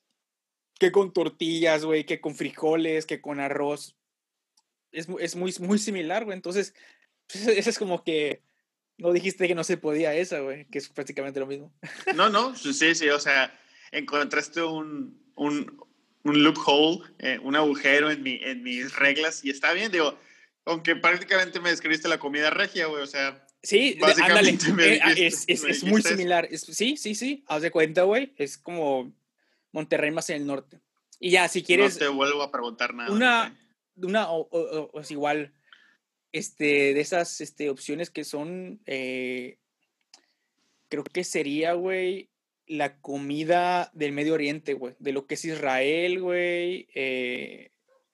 Que con tortillas, güey, que con frijoles, que con arroz. Es, es muy, muy similar, güey. Entonces, pues, eso es como que no dijiste que no se podía esa, güey, que es prácticamente lo mismo. No, no, sí, sí, o sea, encontraste un, un, un loophole, eh, un agujero en, mi, en mis reglas y está bien, digo, aunque prácticamente me describiste la comida regia, güey, o sea, Sí, de- ándale. básicamente me Eh, dijiste, es, es, me es muy dijiste eso. similar. Es, sí, sí, sí. Haz de cuenta, güey. Es como Monterrey más en el norte. Y ya, si No quieres te vuelvo a preguntar nada ahorita. una, una o, o, o- o es igual, este, de esas este, opciones que son, eh, creo que sería, güey, la comida del Medio Oriente, güey, de lo que es Israel, güey, eh,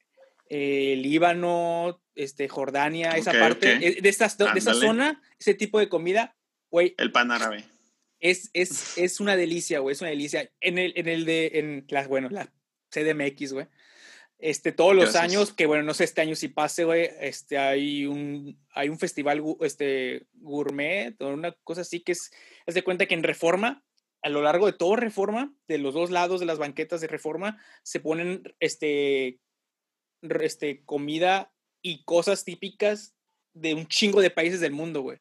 eh, Líbano, este, Jordania, Ok, esa ok, parte, eh, de, estas, de esa ándale, zona, ese tipo de comida, güey, el pan árabe. es, es, es una delicia, güey, es una delicia. En el, en el de, en las, bueno, la C D M X, güey. Este, todos los Gracias. años, que bueno, no sé este año si pase, güey, este, hay un, hay un festival este, gourmet o una cosa así que es, haz de cuenta que en Reforma, a lo largo de todo Reforma, de los dos lados de las banquetas de Reforma, se ponen este, este, comida y cosas típicas de un chingo de países del mundo, güey.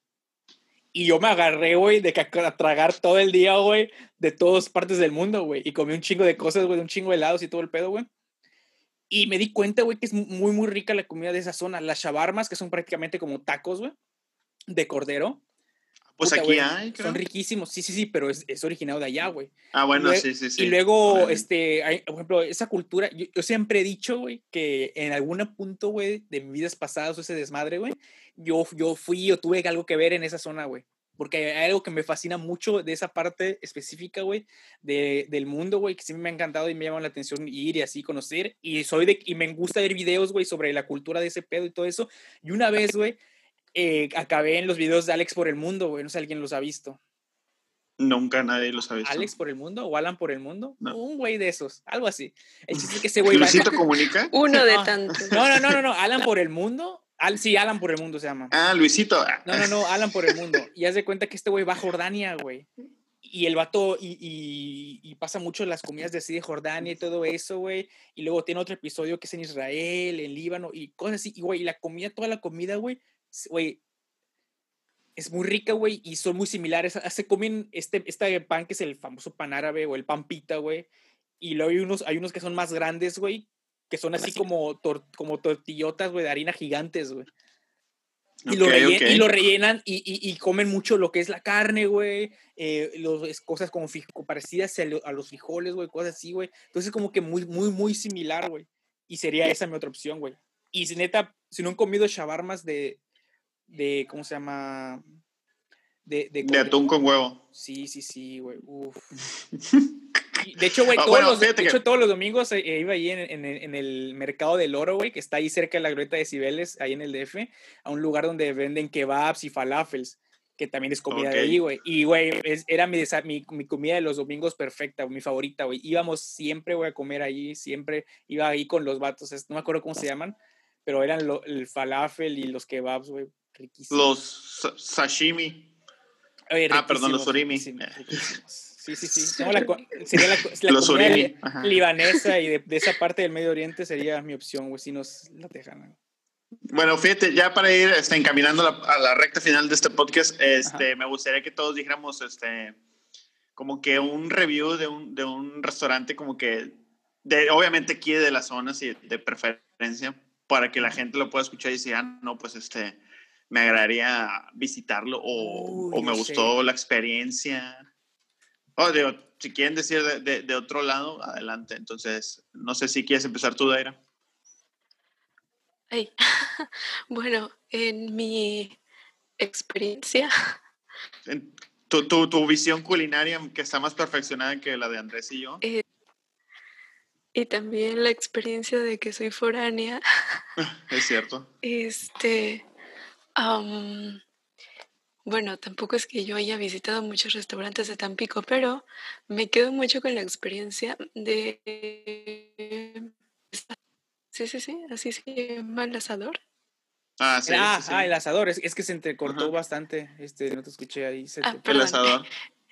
Y yo me agarré, güey, de a tragar todo el día, güey, de todas partes del mundo, güey. Y comí un chingo de cosas, güey, un chingo de helados y todo el pedo, güey. Y me di cuenta, güey, que es muy, muy rica la comida de esa zona. Las shawarmas, que son prácticamente como tacos, güey, de cordero. Pues Puta, aquí güey, hay, creo. son riquísimos. Sí, sí, sí, pero es, es originado de allá, güey. Ah, Y bueno, luego, sí, sí, sí. y luego Obviamente. este, hay, por ejemplo, esa cultura, yo, yo siempre he dicho, güey, que en algún punto, güey, de mis vidas pasadas, o ese desmadre, güey, yo, yo fui o tuve algo que ver en esa zona, güey. Porque hay algo que me fascina mucho de esa parte específica, güey, de, del mundo, güey, que siempre me ha encantado y me llama la atención ir y así conocer. Y soy de, y me gusta ver videos, güey, sobre la cultura de ese pedo y todo eso. Y una vez, güey, eh, acabé en los videos de Alex por el Mundo, güey, no sé si alguien los ha visto. Nunca nadie los ha visto. Alex por el mundo o Alan por el mundo, No. un güey de esos, algo así. El chiste es que ese güey va. ¿Luisito Comunica? Uno de No, tantos. no, no, no, no, no, Alan por el mundo. Al, sí, Alan por el mundo se llama. Ah, Luisito. No, no, no, Alan por el mundo. Y haz de cuenta que este güey va a Jordania, güey. Y el vato, y, y, y pasa mucho las comidas de así de Jordania y todo eso, güey. Y luego tiene otro episodio que es en Israel, en Líbano y cosas así. Y, güey, y la comida, toda la comida, güey, güey, es muy rica, güey, y son muy similares. Se comen este, este pan que es el famoso pan árabe o el pan pita, güey. Y luego hay unos, hay unos que son más grandes, güey, que son así como, tor, como tortillotas, güey, de harina gigantes, güey. Y, Okay, lo okay. y lo rellenan y, y, y comen mucho lo que es la carne, güey. Eh, los, cosas como parecidas a, lo, a los frijoles, güey, cosas así, güey. Entonces, como que muy, muy, muy similar, güey. y sería esa mi otra opción, güey. Y si neta, si no han comido shawarmas de, de, ¿cómo se llama? De, de, de atún con huevo. Sí, sí, sí, güey. Uf. Y de hecho, güey, Ah, todos, bueno, los, de fíjate hecho, que- todos los domingos eh, iba ahí en, en, en el mercado del Oro, güey, que está ahí cerca de la Glorieta de Cibeles, ahí en el D F, a un lugar donde venden kebabs y falafels, que también es comida Ok. de ahí, güey. Y, güey, es- era mi, desa- mi, mi comida de los domingos perfecta, mi favorita, güey. Íbamos siempre, güey, a comer ahí, siempre iba ahí con los vatos, es- no me acuerdo cómo se llaman, pero eran lo- el falafel y los kebabs, güey, riquísimos. Los sa- sashimi. Oye, Ah, perdón, los riquísimos, surimi. riquísimos, riquísimos. Sí, sí, sí. No, la co- sería la, co- la Los comida surimi. li- Ajá. libanesa y de, de esa parte del Medio Oriente sería mi opción, güey, si nos la dejan. Bueno, fíjate, ya para ir este, encaminando la- a la recta final de este podcast, este, Ajá. me gustaría que todos dijéramos este, como que un review de un, de un restaurante, como que, de, obviamente aquí de las zonas y de preferencia, para que la gente lo pueda escuchar y decir, ah, no, pues este, me agradaría visitarlo o, Uy, o me yo gustó sé. la experiencia. O digo, si quieren decir de, de, de otro lado, adelante. Entonces, no sé si quieres empezar tú, Daira. Ay, bueno, en mi experiencia, En tu, tu, tu visión culinaria que está más perfeccionada que la de Andrés y yo. eh, y también la experiencia de que soy foránea, Es cierto. este, am, bueno, tampoco es que yo haya visitado muchos restaurantes de Tampico, pero me quedo mucho con la experiencia de... Sí, sí, sí, así se llama el asador. Ah, sí, Ah, sí, sí. ah, el asador, es, es que se entrecortó Ajá. bastante, este, no te escuché ahí. Se Ah, te... El perdón. asador.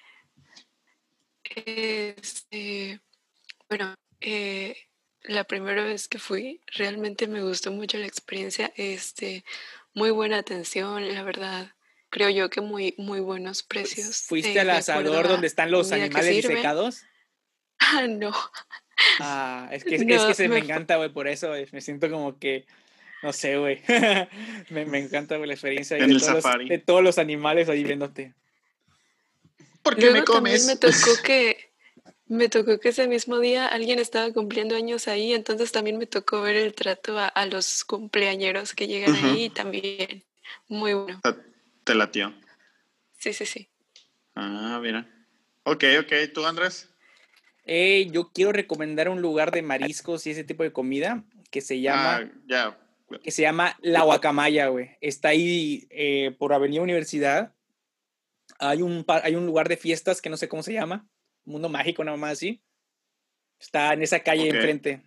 Este, bueno, eh, la primera vez que fui, realmente me gustó mucho la experiencia. Este, muy buena atención, la verdad. Creo yo que muy, muy buenos precios ¿Fuiste eh, al de acuerdo asador a donde están la los comida que animales sirven. disecados? Ah, no, Ah, es que, es que no, se me me fu- encanta, güey, por eso, güey, me siento como que, no sé, güey, me, me encanta, güey, la experiencia ahí En de el todos los, safari. de todos los animales ahí viéndote. ¿Por qué me Luego también me comes? tocó que me tocó que ese mismo día alguien estaba cumpliendo años ahí, entonces también me tocó ver el trato a, a los cumpleañeros que llegan Ujú. ahí y también muy bueno. Te- Te latió. Sí, sí, sí. Ah, mira. Ok, ok. ¿Tú, Andrés? Eh, yo quiero recomendar un lugar de mariscos y ese tipo de comida que se llama, Ah, ya. que se llama La Guacamaya, güey. Está ahí eh, por Avenida Universidad. Hay un, par- hay un lugar de fiestas que no sé cómo se llama, Mundo Mágico, nada más así. Está en esa calle Ok. enfrente.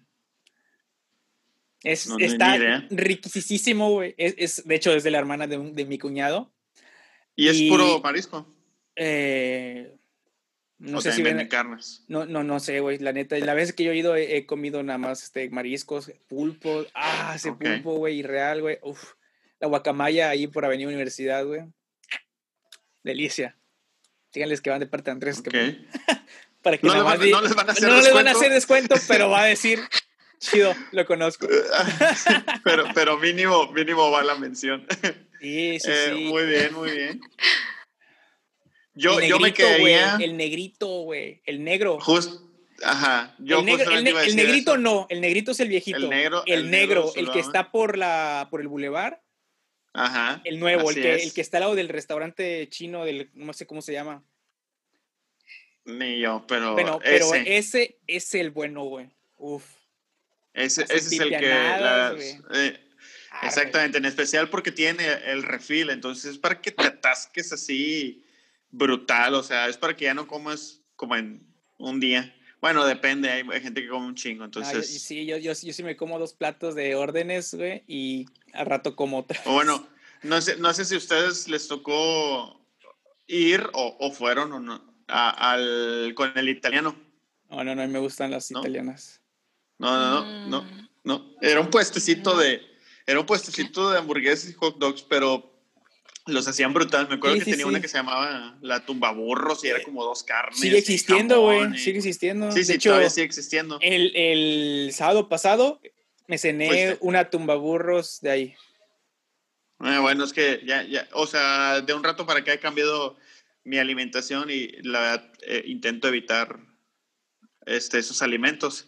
Es, No, ni, ni está idea. riquísimo, güey. Es, es, de hecho, es de la hermana de, un- de mi cuñado. ¿Y es puro Y marisco? eh, no ¿O sé si también venden ven. carnes? No, no, no sé, güey. La neta, la vez que yo he ido he, he comido nada más este, mariscos, pulpo. Ah, ese Ok. pulpo, güey, irreal, güey. Uf. La guacamaya ahí por Avenida Universidad, güey. Delicia. Díganles que van de parte de Andrés. Ok. Que, para que ¿No, nada le más van, di- ¿No les van a hacer no les van a descuento? hacer descuento, pero va a decir, chido, lo conozco. pero, pero mínimo, mínimo va la mención. Sí, sí, Eh, sí. muy bien, muy bien. El Yo, yo me negrito, güey. quedaría El negrito, güey. El negro. justo, ajá, yo El negro, el, justamente ne- iba a el decir negrito eso. no, el negrito es el viejito. El negro, El el negro negro, el que Sullivan. está por la por el bulevar, Ajá, el nuevo, el así que es. el que está al lado del restaurante chino del no sé cómo se llama. Ni yo, pero Bueno, pero ese, ese es el bueno, güey. Uf. ese, Las ese es el que, empipianadas, las, güey. eh, Arre. exactamente, en especial porque tiene el refill, entonces es para que te atasques así brutal, o sea, es para que ya no comas como en un día. Bueno, depende, hay, hay gente que come un chingo, No, yo- entonces... sí, yo, yo, yo sí me como dos platos de órdenes, güey, y al rato como otra. O bueno, no sé, no sé si a ustedes les tocó ir o, o fueron o no, a- al, con el italiano, No, no, no, me gustan las ¿no? italianas. No, no, no, no, Mm, no. Era un puestecito no. de, era un puestecito de hamburguesas y hot dogs, pero los hacían brutal. Me acuerdo Sí, que sí, tenía sí. una que se llamaba la tumbaburros y era Eh, como dos carnes. Sigue y existiendo, güey, jamón y- sigue existiendo. Sí, De sí, hecho, todavía sigue existiendo. el, el sábado pasado me cené ¿Fuiste? una tumbaburros de ahí. Eh, bueno, es que ya, ya, o sea, de un rato para acá he cambiado mi alimentación y la verdad, eh, intento evitar este, esos alimentos.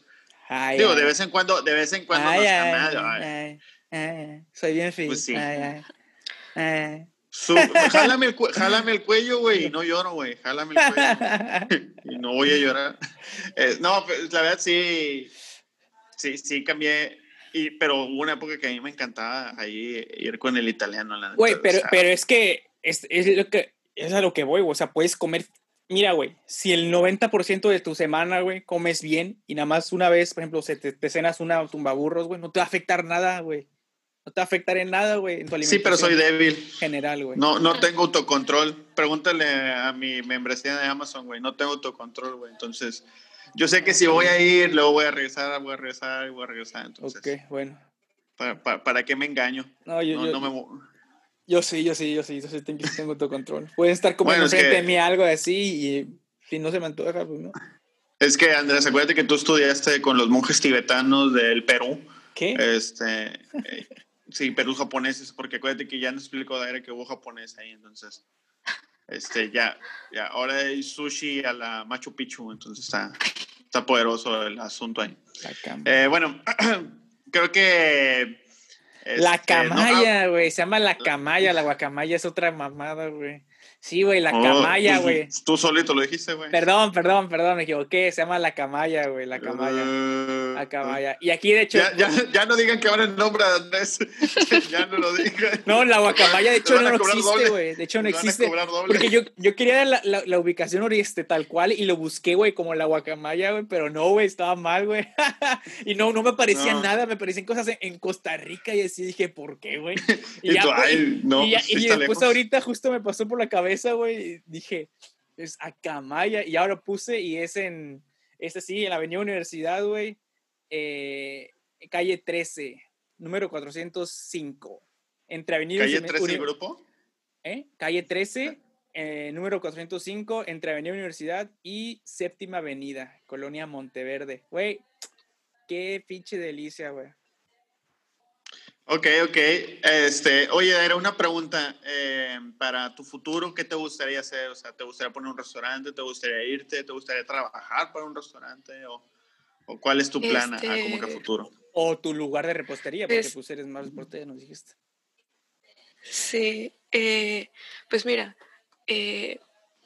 Ay, Digo, ay, de vez en cuando, de vez en cuando ay, no ay, está mal. ay, Ay, ay, ay, soy bien fit. pues sí. Ay, ay, ay. Su, jálame, el, jálame el cuello, güey, y no lloro, güey. Jálame el cuello y no voy a llorar. Eh, no, pues, la verdad sí, sí, sí cambié. Y, pero hubo una época que a mí me encantaba ahí ir con el italiano, la neta. Güey, pero, O sea, pero es que es, es lo que es a lo que voy, güey. O sea, puedes comer. Mira, güey, si el noventa por ciento de tu semana, güey, comes bien y nada más una vez, por ejemplo, se te, te cenas una tumbaburros, güey, no te va a afectar nada, güey. No te va a afectar en nada, güey, en tu sí, pero soy alimentación débil. general, güey. No, no tengo autocontrol. Pregúntale a mi membresía de Amazon, güey. No tengo autocontrol, güey. Entonces, yo sé que si voy a ir, luego voy a regresar, voy a regresar, voy a regresar. Entonces, ok, bueno. ¿Para, para, para qué me engaño? No, yo, no, yo, no me... yo sí, yo sí, yo sí, yo sí tengo, tengo autocontrol. Pueden estar comiendo Bueno, es enfrente que, de mí algo así y si no se me antoja, pues no. Es que, Andrés, acuérdate que tú estudiaste con los monjes tibetanos del Perú. ¿Qué? Este, eh, sí, Perú japoneses, porque acuérdate que ya nos explicó Daira que hubo japonés ahí, entonces, este, ya, ya, ahora hay sushi a la Machu Picchu, entonces está, está poderoso el asunto ahí. La cama. Eh, bueno, creo que... Este, La camaya, güey, no, ah, se llama la camaya, la guacamaya es otra mamada, güey. Sí, güey, la oh, camaya, güey. Pues, tú solito lo dijiste, güey. Perdón, perdón, perdón, me equivoqué, se llama la camaya, güey, la camaya. Uh, La camaya. Y aquí, de hecho... Ya, ya, ya no digan que ahora el nombre de Andrés, ya no lo digan. No, la guacamaya, de hecho, no, no existe, doble. güey, de hecho, no Nos van a existe. cobrar doble. Porque yo, yo quería la, la, la ubicación este, tal cual y lo busqué, güey, como la guacamaya, güey, pero no, güey, estaba mal, güey. Y no, no me parecía No. nada, me parecían cosas en, en Costa Rica y así dije, ¿por qué, güey? Y, Y, ya, tú, pues, ay, y, no, y, ya- pues, sí y está después lejos. ahorita justo me pasó por la cabeza, güey, y dije, es Acamaya, y ahora puse y es en, es así, en la Avenida Universidad, güey, eh, calle trece, número cuatrocientos cinco, entre Avenida ¿Calle Uni- trece Uni- el grupo? ¿eh? Calle trece, eh, número cuatrocientos cinco, entre Avenida Universidad y Séptima Avenida, Colonia Monteverde. Güey, qué pinche delicia, güey. Ok, ok. Este, oye, era una pregunta. Eh, para tu futuro, ¿qué te gustaría hacer? O sea, ¿te gustaría poner un restaurante? ¿Te gustaría irte? ¿Te gustaría trabajar para un restaurante? ¿O, o cuál es tu plan a, a como que a Este, futuro? O tu lugar de repostería, porque pues, pues eres más repostería, nos dijiste. sí, eh, pues mira, eh,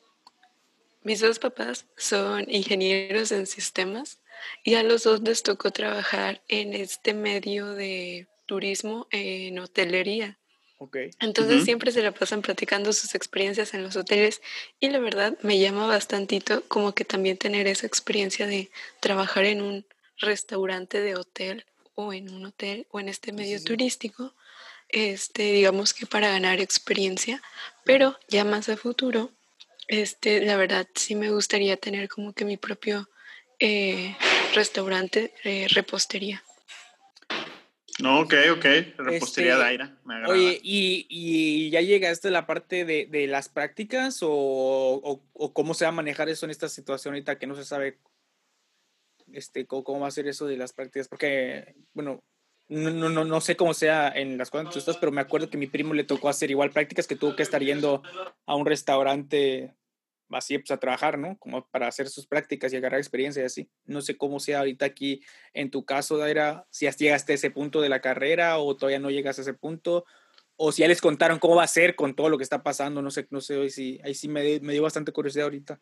mis dos papás son ingenieros en sistemas y a los dos les tocó trabajar en este medio de turismo en hotelería. Ok. Entonces Ujú. siempre se la pasan platicando sus experiencias en los hoteles y la verdad me llama bastantito como que también tener esa experiencia de trabajar en un restaurante de hotel o en un hotel o en este medio Sí, sí, sí. turístico, este, digamos que para ganar experiencia, pero ya más a futuro, este, la verdad sí me gustaría tener como que mi propio eh, restaurante, eh, repostería. No, ok, ok. Repostería Este, Daira, me agrada. Oye, ¿y, y ya llegaste a la parte de, de las prácticas o, o, o cómo se va a manejar eso en esta situación ahorita que no se sabe este, cómo, cómo va a ser eso de las prácticas? Porque, bueno, no, no, no, no sé cómo sea en las cosas que tú estás, pero me acuerdo que a mi primo le tocó hacer igual prácticas que tuvo que estar yendo a un restaurante así pues a trabajar, ¿no? Como para hacer sus prácticas y agarrar experiencia y así. No sé cómo sea ahorita aquí en tu caso, Daira, si has llegaste a ese punto de la carrera o todavía no llegas a ese punto, o si ya les contaron cómo va a ser con todo lo que está pasando, no sé, no sé, hoy sí, ahí sí me, me dio bastante curiosidad ahorita.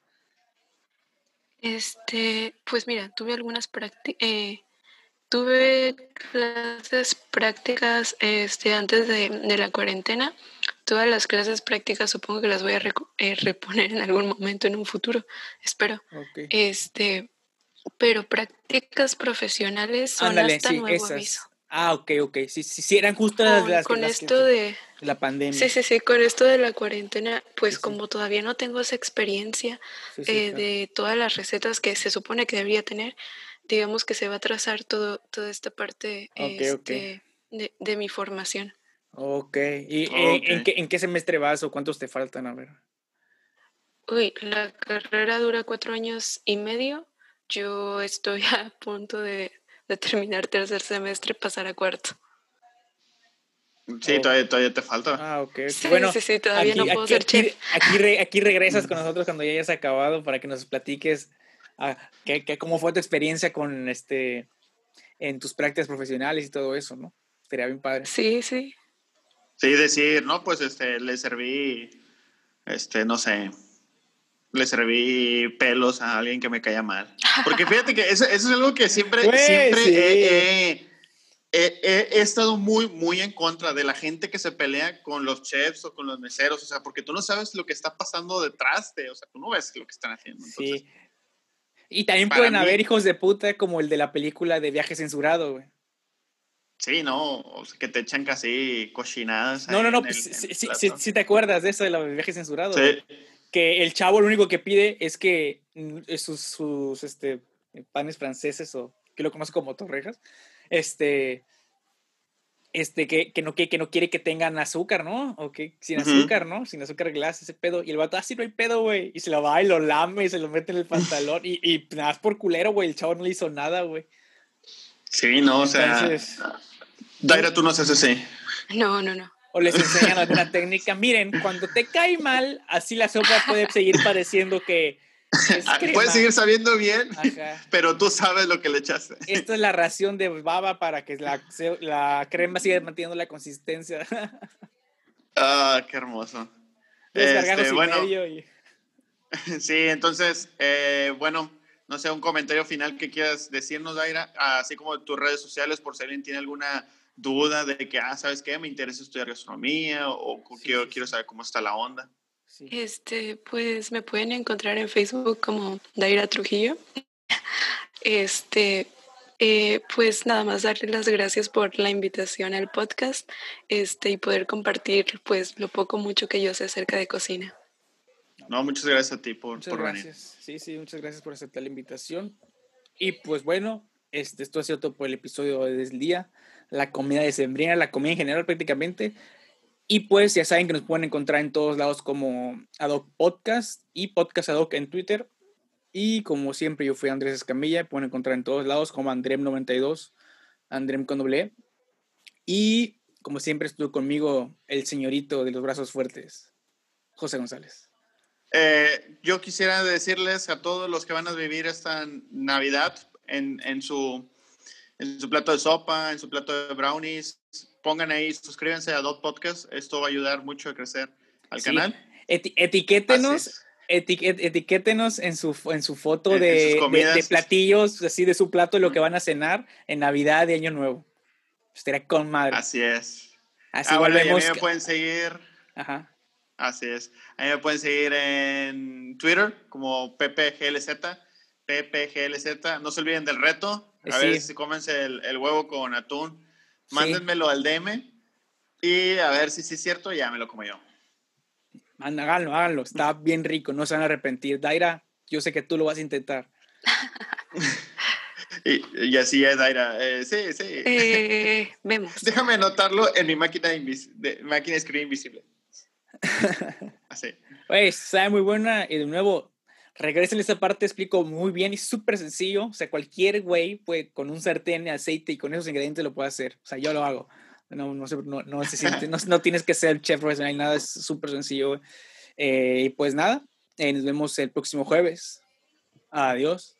Este, pues mira, tuve algunas prácticas, eh, tuve clases prácticas este, antes de, de la cuarentena. Todas las clases prácticas supongo que las voy a recu- eh, reponer en algún momento en un futuro, espero. Okay. Este, pero prácticas profesionales son Ándale, hasta sí, nuevo esas. aviso. Ah, ok, ok. Sí, sí, sí, eran justo las, Con, las, que- con las que esto de... la pandemia. Sí, sí, sí, con esto de la cuarentena, pues Sí, sí. como todavía no tengo esa experiencia Sí, sí, eh, claro. de todas las recetas que se supone que debería tener, digamos que se va a trazar todo, toda esta parte Ok, este, ok. de, de mi formación. Ok. ¿Y Ok. en, en qué, en qué semestre vas o cuántos te faltan? A ver. Uy, la carrera dura cuatro años y medio. Yo estoy a punto de, de terminar tercer semestre, pasar a cuarto. Sí, Oh. todavía, todavía te falta. Ah, ok. okay. Sí, Bueno, sí, sí, todavía aquí, no puedo aquí, ser aquí, chef. aquí, re- aquí regresas con nosotros cuando ya hayas acabado para que nos platiques ah, qué, qué, cómo fue tu experiencia con este en tus prácticas profesionales y todo eso, ¿no? Estaría bien padre. Sí, sí. Sí, decir, no, pues este, le serví, este, no sé, le serví pelos a alguien que me caía mal. Porque fíjate que eso, eso es algo que siempre, Güey, siempre sí. he, he, he, he, he estado muy, muy en contra de la gente que se pelea con los chefs o con los meseros, o sea, porque tú no sabes lo que está pasando detrás de, o sea, tú no ves lo que están haciendo. Entonces, Sí. Y también pueden mí, haber hijos de puta como el de la película de Viaje Censurado, güey. Sí, no, o sea, que te echan casi cochinadas. No, no, no, en pues, el, sí, en sí, sí, sí te acuerdas de eso de los Viajes Censurados. Sí. Güey. Que el chavo lo único que pide es que sus, sus este, panes franceses, o que lo conozco como torrejas, este, este, que, que, no, que, que no quiere que tengan azúcar, ¿no? O que sin azúcar, uh-huh. ¿no? Sin azúcar glass, ese pedo. Y el vato, así ah, no hay pedo, güey. Y se lo va y lo lame y se lo mete en el pantalón. y, y nada más por culero, güey. El chavo no le hizo nada, güey. Sí, no, o Entonces, sea... Daira, tú no haces así. No, no, no. O les enseñan alguna técnica. Miren, cuando te cae mal, así la sopa puede seguir pareciendo que es crema. Puede seguir sabiendo bien, Ajá. pero tú sabes lo que le echaste. Esta es la ración de baba para que la, la crema siga manteniendo la consistencia. Ah, qué hermoso. Dos gargajos este, y bueno, medio. Y... sí, entonces, eh, bueno, no sé, un comentario final que quieras decirnos, Daira, así como tus redes sociales, por si alguien tiene alguna duda de que, ah, ¿sabes qué? Me interesa estudiar gastronomía o sí, quiero, sí, quiero sí. saber cómo está la onda. Sí. Este, pues me pueden encontrar en Facebook como Daira Trujillo. Este, eh, pues nada más darle las gracias por la invitación al podcast, este, y poder compartir, pues, lo poco mucho que yo sé acerca de cocina. No, muchas gracias a ti por, muchas por gracias. venir. Sí, sí, muchas gracias por aceptar la invitación. Y pues bueno, este, esto ha sido todo por el episodio del día. La comida decembrina, la comida en general prácticamente. Y pues ya saben que nos pueden encontrar en todos lados como Adoc Podcast y Podcast Adoc en Twitter. Y como siempre, yo fui Andrés Escamilla. Pueden encontrar en todos lados como Andrem noventa y dos, Andrem con doble E. Y como siempre estuvo conmigo el señorito de los brazos fuertes, José González. Eh, yo quisiera decirles a todos los que van a vivir esta Navidad en, en, su, en su plato de sopa, en su plato de brownies, pongan ahí, suscríbanse a Dot Podcast. Esto va a ayudar mucho a crecer al sí. canal. Eti- etiquétenos, eti- etiquétenos en su, en su foto en, de, en de, de platillos, así de su plato, de lo que van a cenar en Navidad y Año Nuevo. Estaría con madre. Así es. Así ah, bueno, volvemos. Y a mí me pueden seguir. Ajá. Así es. A mí me pueden seguir en Twitter como P P G L Z. P P G L Z. No se olviden del reto. A sí. ver si cómense el, el huevo con atún. Sí. Mándenmelo al D M. Y a ver si sí es cierto, ya me lo como yo. Manda, háganlo, háganlo. Está bien rico. No se van a arrepentir. Daira, yo sé que tú lo vas a intentar. y, y así es, Daira. Eh, sí, sí. Eh, vemos. Déjame anotarlo en mi máquina, invis- de, máquina de escribir invisible. Así. Pues, sabe muy buena. Y de nuevo, regresen a esa parte, explico muy bien y súper sencillo. O sea, cualquier güey puede, con un sartén, aceite y con esos ingredientes lo puede hacer. O sea, yo lo hago. No, no, no, no se siente, no, no tienes que ser chef profesional, nada, es súper sencillo. Eh, y pues nada, eh, nos vemos el próximo jueves. Adiós.